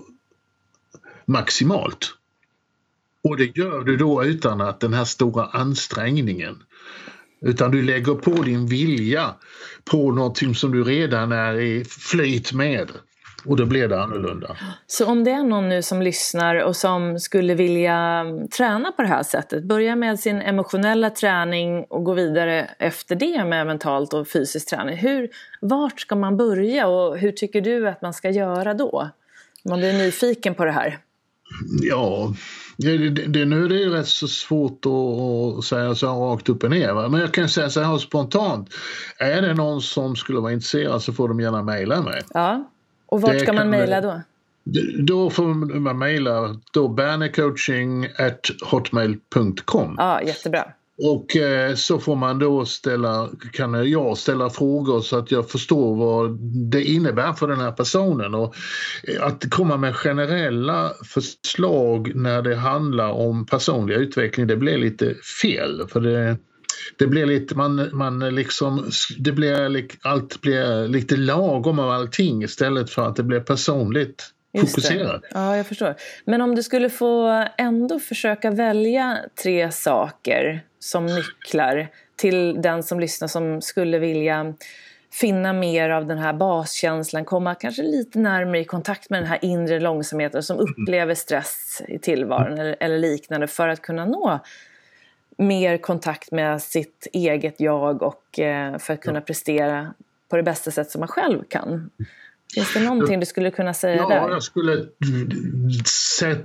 Speaker 2: maximalt. Och det gör du då utan att den här stora ansträngningen, utan du lägger på din vilja på någonting som du redan är i flyt med. Och då blir det annorlunda.
Speaker 1: Så om det är någon nu som lyssnar och som skulle vilja träna på det här sättet, börja med sin emotionella träning och gå vidare efter det med mentalt och fysisk träning. Hur, vart ska man börja och hur tycker du att man ska göra då? Om man blir nyfiken på det här.
Speaker 2: Ja, det, det, det, nu är det ju rätt så svårt att, att säga så här rakt upp och ner. Va? Men jag kan säga så här spontant. Är det någon som skulle vara intresserad så får de gärna mejla mig.
Speaker 1: Ja. Och vart ska man mejla då?
Speaker 2: Då får man mejla då bernecoaching at hotmail punkt com.
Speaker 1: Ja, jättebra.
Speaker 2: Och eh, så får man då ställa, kan jag ställa frågor så att jag förstår vad det innebär för den här personen. Och att komma med generella förslag när det handlar om personlig utveckling, det blir lite fel. För det Det blir lite, man, man liksom, det blir, allt blir lite lagom av allting istället för att det blir personligt fokuserat.
Speaker 1: Ja, jag förstår. Men om du skulle få ändå försöka välja tre saker som nycklar till den som lyssnar som skulle vilja finna mer av den här baskänslan, komma kanske lite närmare i kontakt med den här inre långsamheten som upplever stress i tillvaron mm. eller, eller liknande för att kunna nå mer kontakt med sitt eget jag och eh, för att kunna prestera på det bästa sätt som man själv kan. Finns det någonting du skulle kunna säga
Speaker 2: ja,
Speaker 1: där?
Speaker 2: Ja, jag skulle sätta upp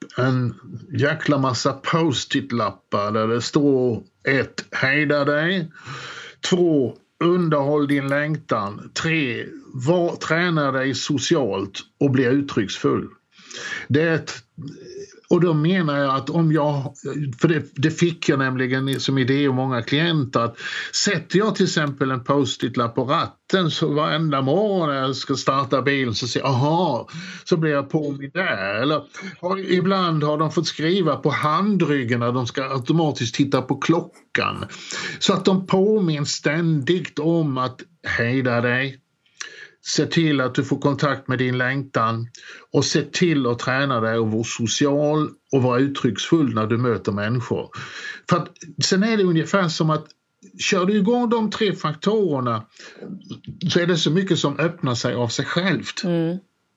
Speaker 2: en jäkla massa post-it-lappar där det står ett, hejda dig, två, underhåll din längtan, tre, var, träna dig socialt och bli uttrycksfull. Det är ett, och då menar jag att om jag, för det, det fick jag nämligen som idé och många klienter, att sätter jag till exempel en post-it-lapp på ratten så varenda morgon när jag ska starta bilen så säger jag, aha, så blir jag påmind där. Eller har, ibland har de fått skriva på handryggen när de ska automatiskt titta på klockan. Så att de påminns ständigt om att hejda dig. Se till att du får kontakt med din längtan och se till att träna dig och vara social och vara uttrycksfull när du möter människor. För att, sen är det ungefär som att kör du igång de tre faktorerna så är det så mycket som öppnar sig av sig självt. Mm.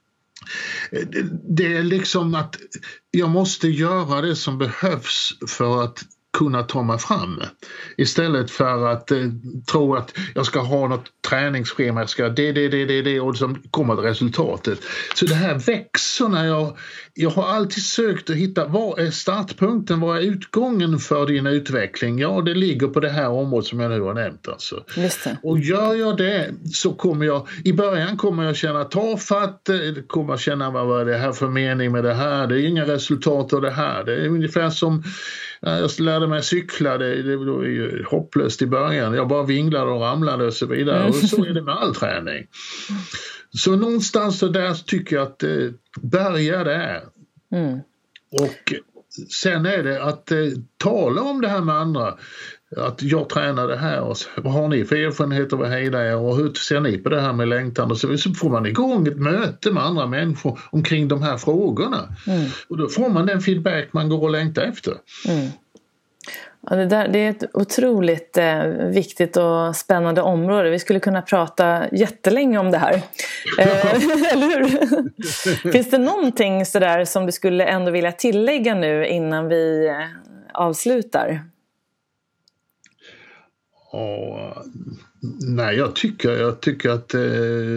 Speaker 2: Det, det är liksom att jag måste göra det som behövs för att kunna ta mig fram. Istället för att eh, tro att jag ska ha något träningsschema, jag ska det, det, det, det, det och som kommer till resultatet. Så det här växer när jag, jag har alltid sökt att hitta vad är startpunkten, vad är utgången för din utveckling? Ja, det ligger på det här området som jag nu har nämnt. Alltså.
Speaker 1: Just det.
Speaker 2: Och gör jag det så kommer jag, i början kommer jag känna tafatt, kommer jag känna vad är det här för mening med det här, det är inga resultat av det här. Det är ungefär som jag lärde mig cykla, det, det var ju hopplöst i början. Jag bara vinglade och ramlade och så vidare. Och så är det med all träning. Så någonstans så där tycker jag att eh, börja där. Mm. Och sen är det att eh, tala om det här med andra. Att jag tränar det här och så, vad har ni för erfarenheter av hejda er och hur ser ni på det här med längtan och så, så får man igång ett möte med andra människor omkring de här frågorna. Mm. Och då får man den feedback man går och längtar efter. Mm.
Speaker 1: Ja, det, där, det är ett otroligt eh, viktigt och spännande område. Vi skulle kunna prata jättelänge om det här. Eh, eller hur? Finns det någonting sådär som du skulle ändå vilja tillägga nu innan vi eh, avslutar?
Speaker 2: Ja, nej, jag tycker, jag tycker att eh,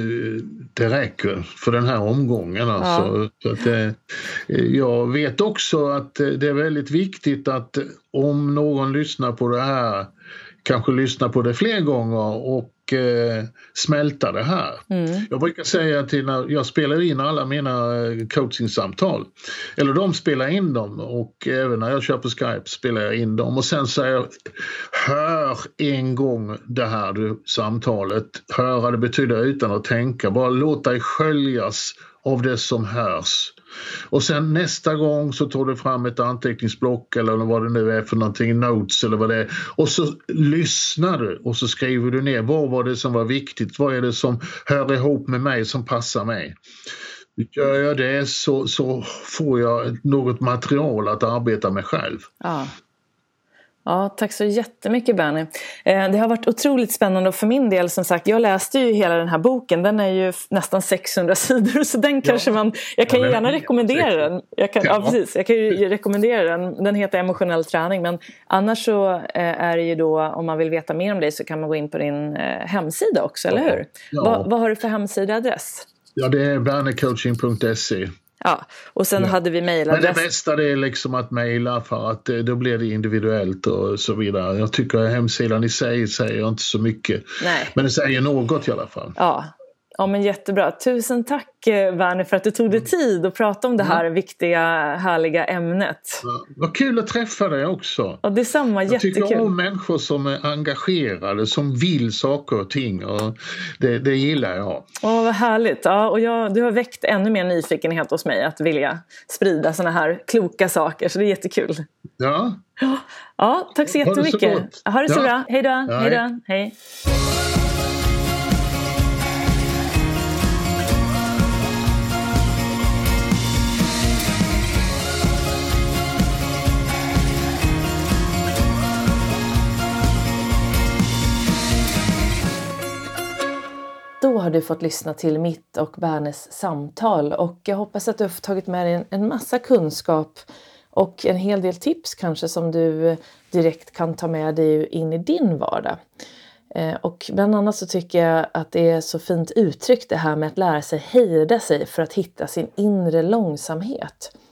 Speaker 2: det räcker för den här omgången. Alltså. Ja. Att, eh, jag vet också att det är väldigt viktigt att om någon lyssnar på det här, kanske lyssnar på det fler gånger och eh, smälta det här. Mm. Jag brukar säga till när jag spelar in alla mina coachingsamtal, eller de spelar in dem och även när jag kör på Skype spelar jag in dem och sen säger jag, hör en gång det här du, samtalet, höra det betyder utan att tänka, bara låt dig sköljas av det som hörs. Och sen nästa gång så tar du fram ett anteckningsblock eller vad det nu är för någonting, notes eller vad det är. Och så lyssnar du och så skriver du ner vad var det som var viktigt, vad är det som hör ihop med mig, som passar mig. Gör jag det så, så får jag något material att arbeta med själv.
Speaker 1: Ja. Ja, tack så jättemycket Bernie. Eh, det har varit otroligt spännande och för min del som sagt, jag läste ju hela den här boken, den är ju nästan sexhundra sidor så den kanske ja. man, jag kan ju gärna rekommendera den. Jag kan, ja. ja precis, jag kan ju rekommendera den, den heter Emotionell träning men annars så eh, är det ju då, om man vill veta mer om dig så kan man gå in på din eh, hemsida också, eller hur? Ja. Va, vad har du för hemsidaadress?
Speaker 2: Ja, det är bernecoaching punkt se.
Speaker 1: Ja, och sen ja. hade vi mejladress.
Speaker 2: Men det bästa det är liksom att mejla för att då blir det individuellt och så vidare. Jag tycker att hemsidan i sig säger inte så mycket. Nej. Men det säger något i alla fall.
Speaker 1: Ja. Ja, men jättebra. Tusen tack Werner för att du tog dig tid att prata om det här mm. viktiga, härliga ämnet.
Speaker 2: Ja, vad kul att träffa dig också.
Speaker 1: Och detsamma,
Speaker 2: jag
Speaker 1: jättekul.
Speaker 2: Jag tycker om människor som är engagerade, som vill saker och ting. Och det, det gillar jag.
Speaker 1: Åh, vad härligt. Ja, och jag, du har väckt ännu mer nyfikenhet hos mig att vilja sprida såna här kloka saker. Så det är jättekul.
Speaker 2: Ja.
Speaker 1: Ja, tack så jättemycket. Ha det så, ha det så ja. bra. Hej då. Ja, hej då. Hej. Då har du fått lyssna till mitt och Bernes samtal och jag hoppas att du har tagit med dig en, en massa kunskap och en hel del tips kanske som du direkt kan ta med dig in i din vardag. Eh, och bland annat så tycker jag att det är så fint uttryckt det här med att lära sig hejda sig för att hitta sin inre långsamhet.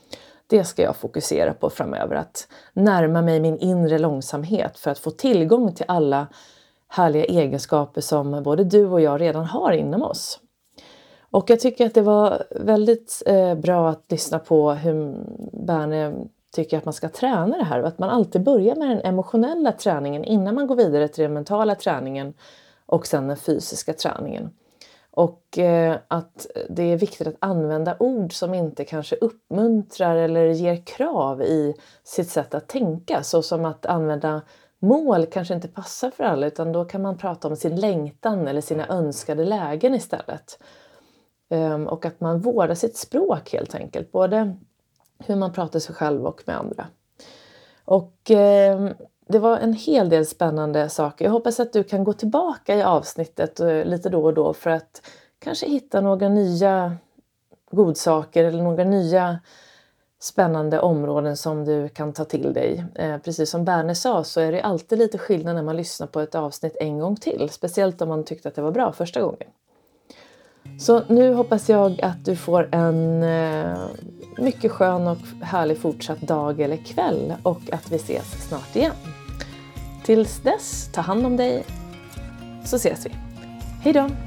Speaker 1: Det ska jag fokusera på framöver, att närma mig min inre långsamhet för att få tillgång till alla härliga egenskaper som både du och jag redan har inom oss. Och jag tycker att det var väldigt eh, bra att lyssna på hur Berne tycker att man ska träna det här. Att man alltid börjar med den emotionella träningen innan man går vidare till den mentala träningen och sen den fysiska träningen. Och eh, att det är viktigt att använda ord som inte kanske uppmuntrar eller ger krav i sitt sätt att tänka. Så som att använda mål kanske inte passar för alla, utan då kan man prata om sin längtan eller sina önskade lägen istället. Um, och att man vårdar sitt språk helt enkelt. Både hur man pratar sig själv och med andra. Och um, det var en hel del spännande saker. Jag hoppas att du kan gå tillbaka i avsnittet uh, lite då och då för att kanske hitta några nya godsaker eller några nya spännande områden som du kan ta till dig. Eh, precis som Berne sa så är det alltid lite skillnad när man lyssnar på ett avsnitt en gång till. Speciellt om man tyckte att det var bra första gången. Så nu hoppas jag att du får en eh, mycket skön och härlig fortsatt dag eller kväll och att vi ses snart igen. Tills dess, ta hand om dig så ses vi. Hej då!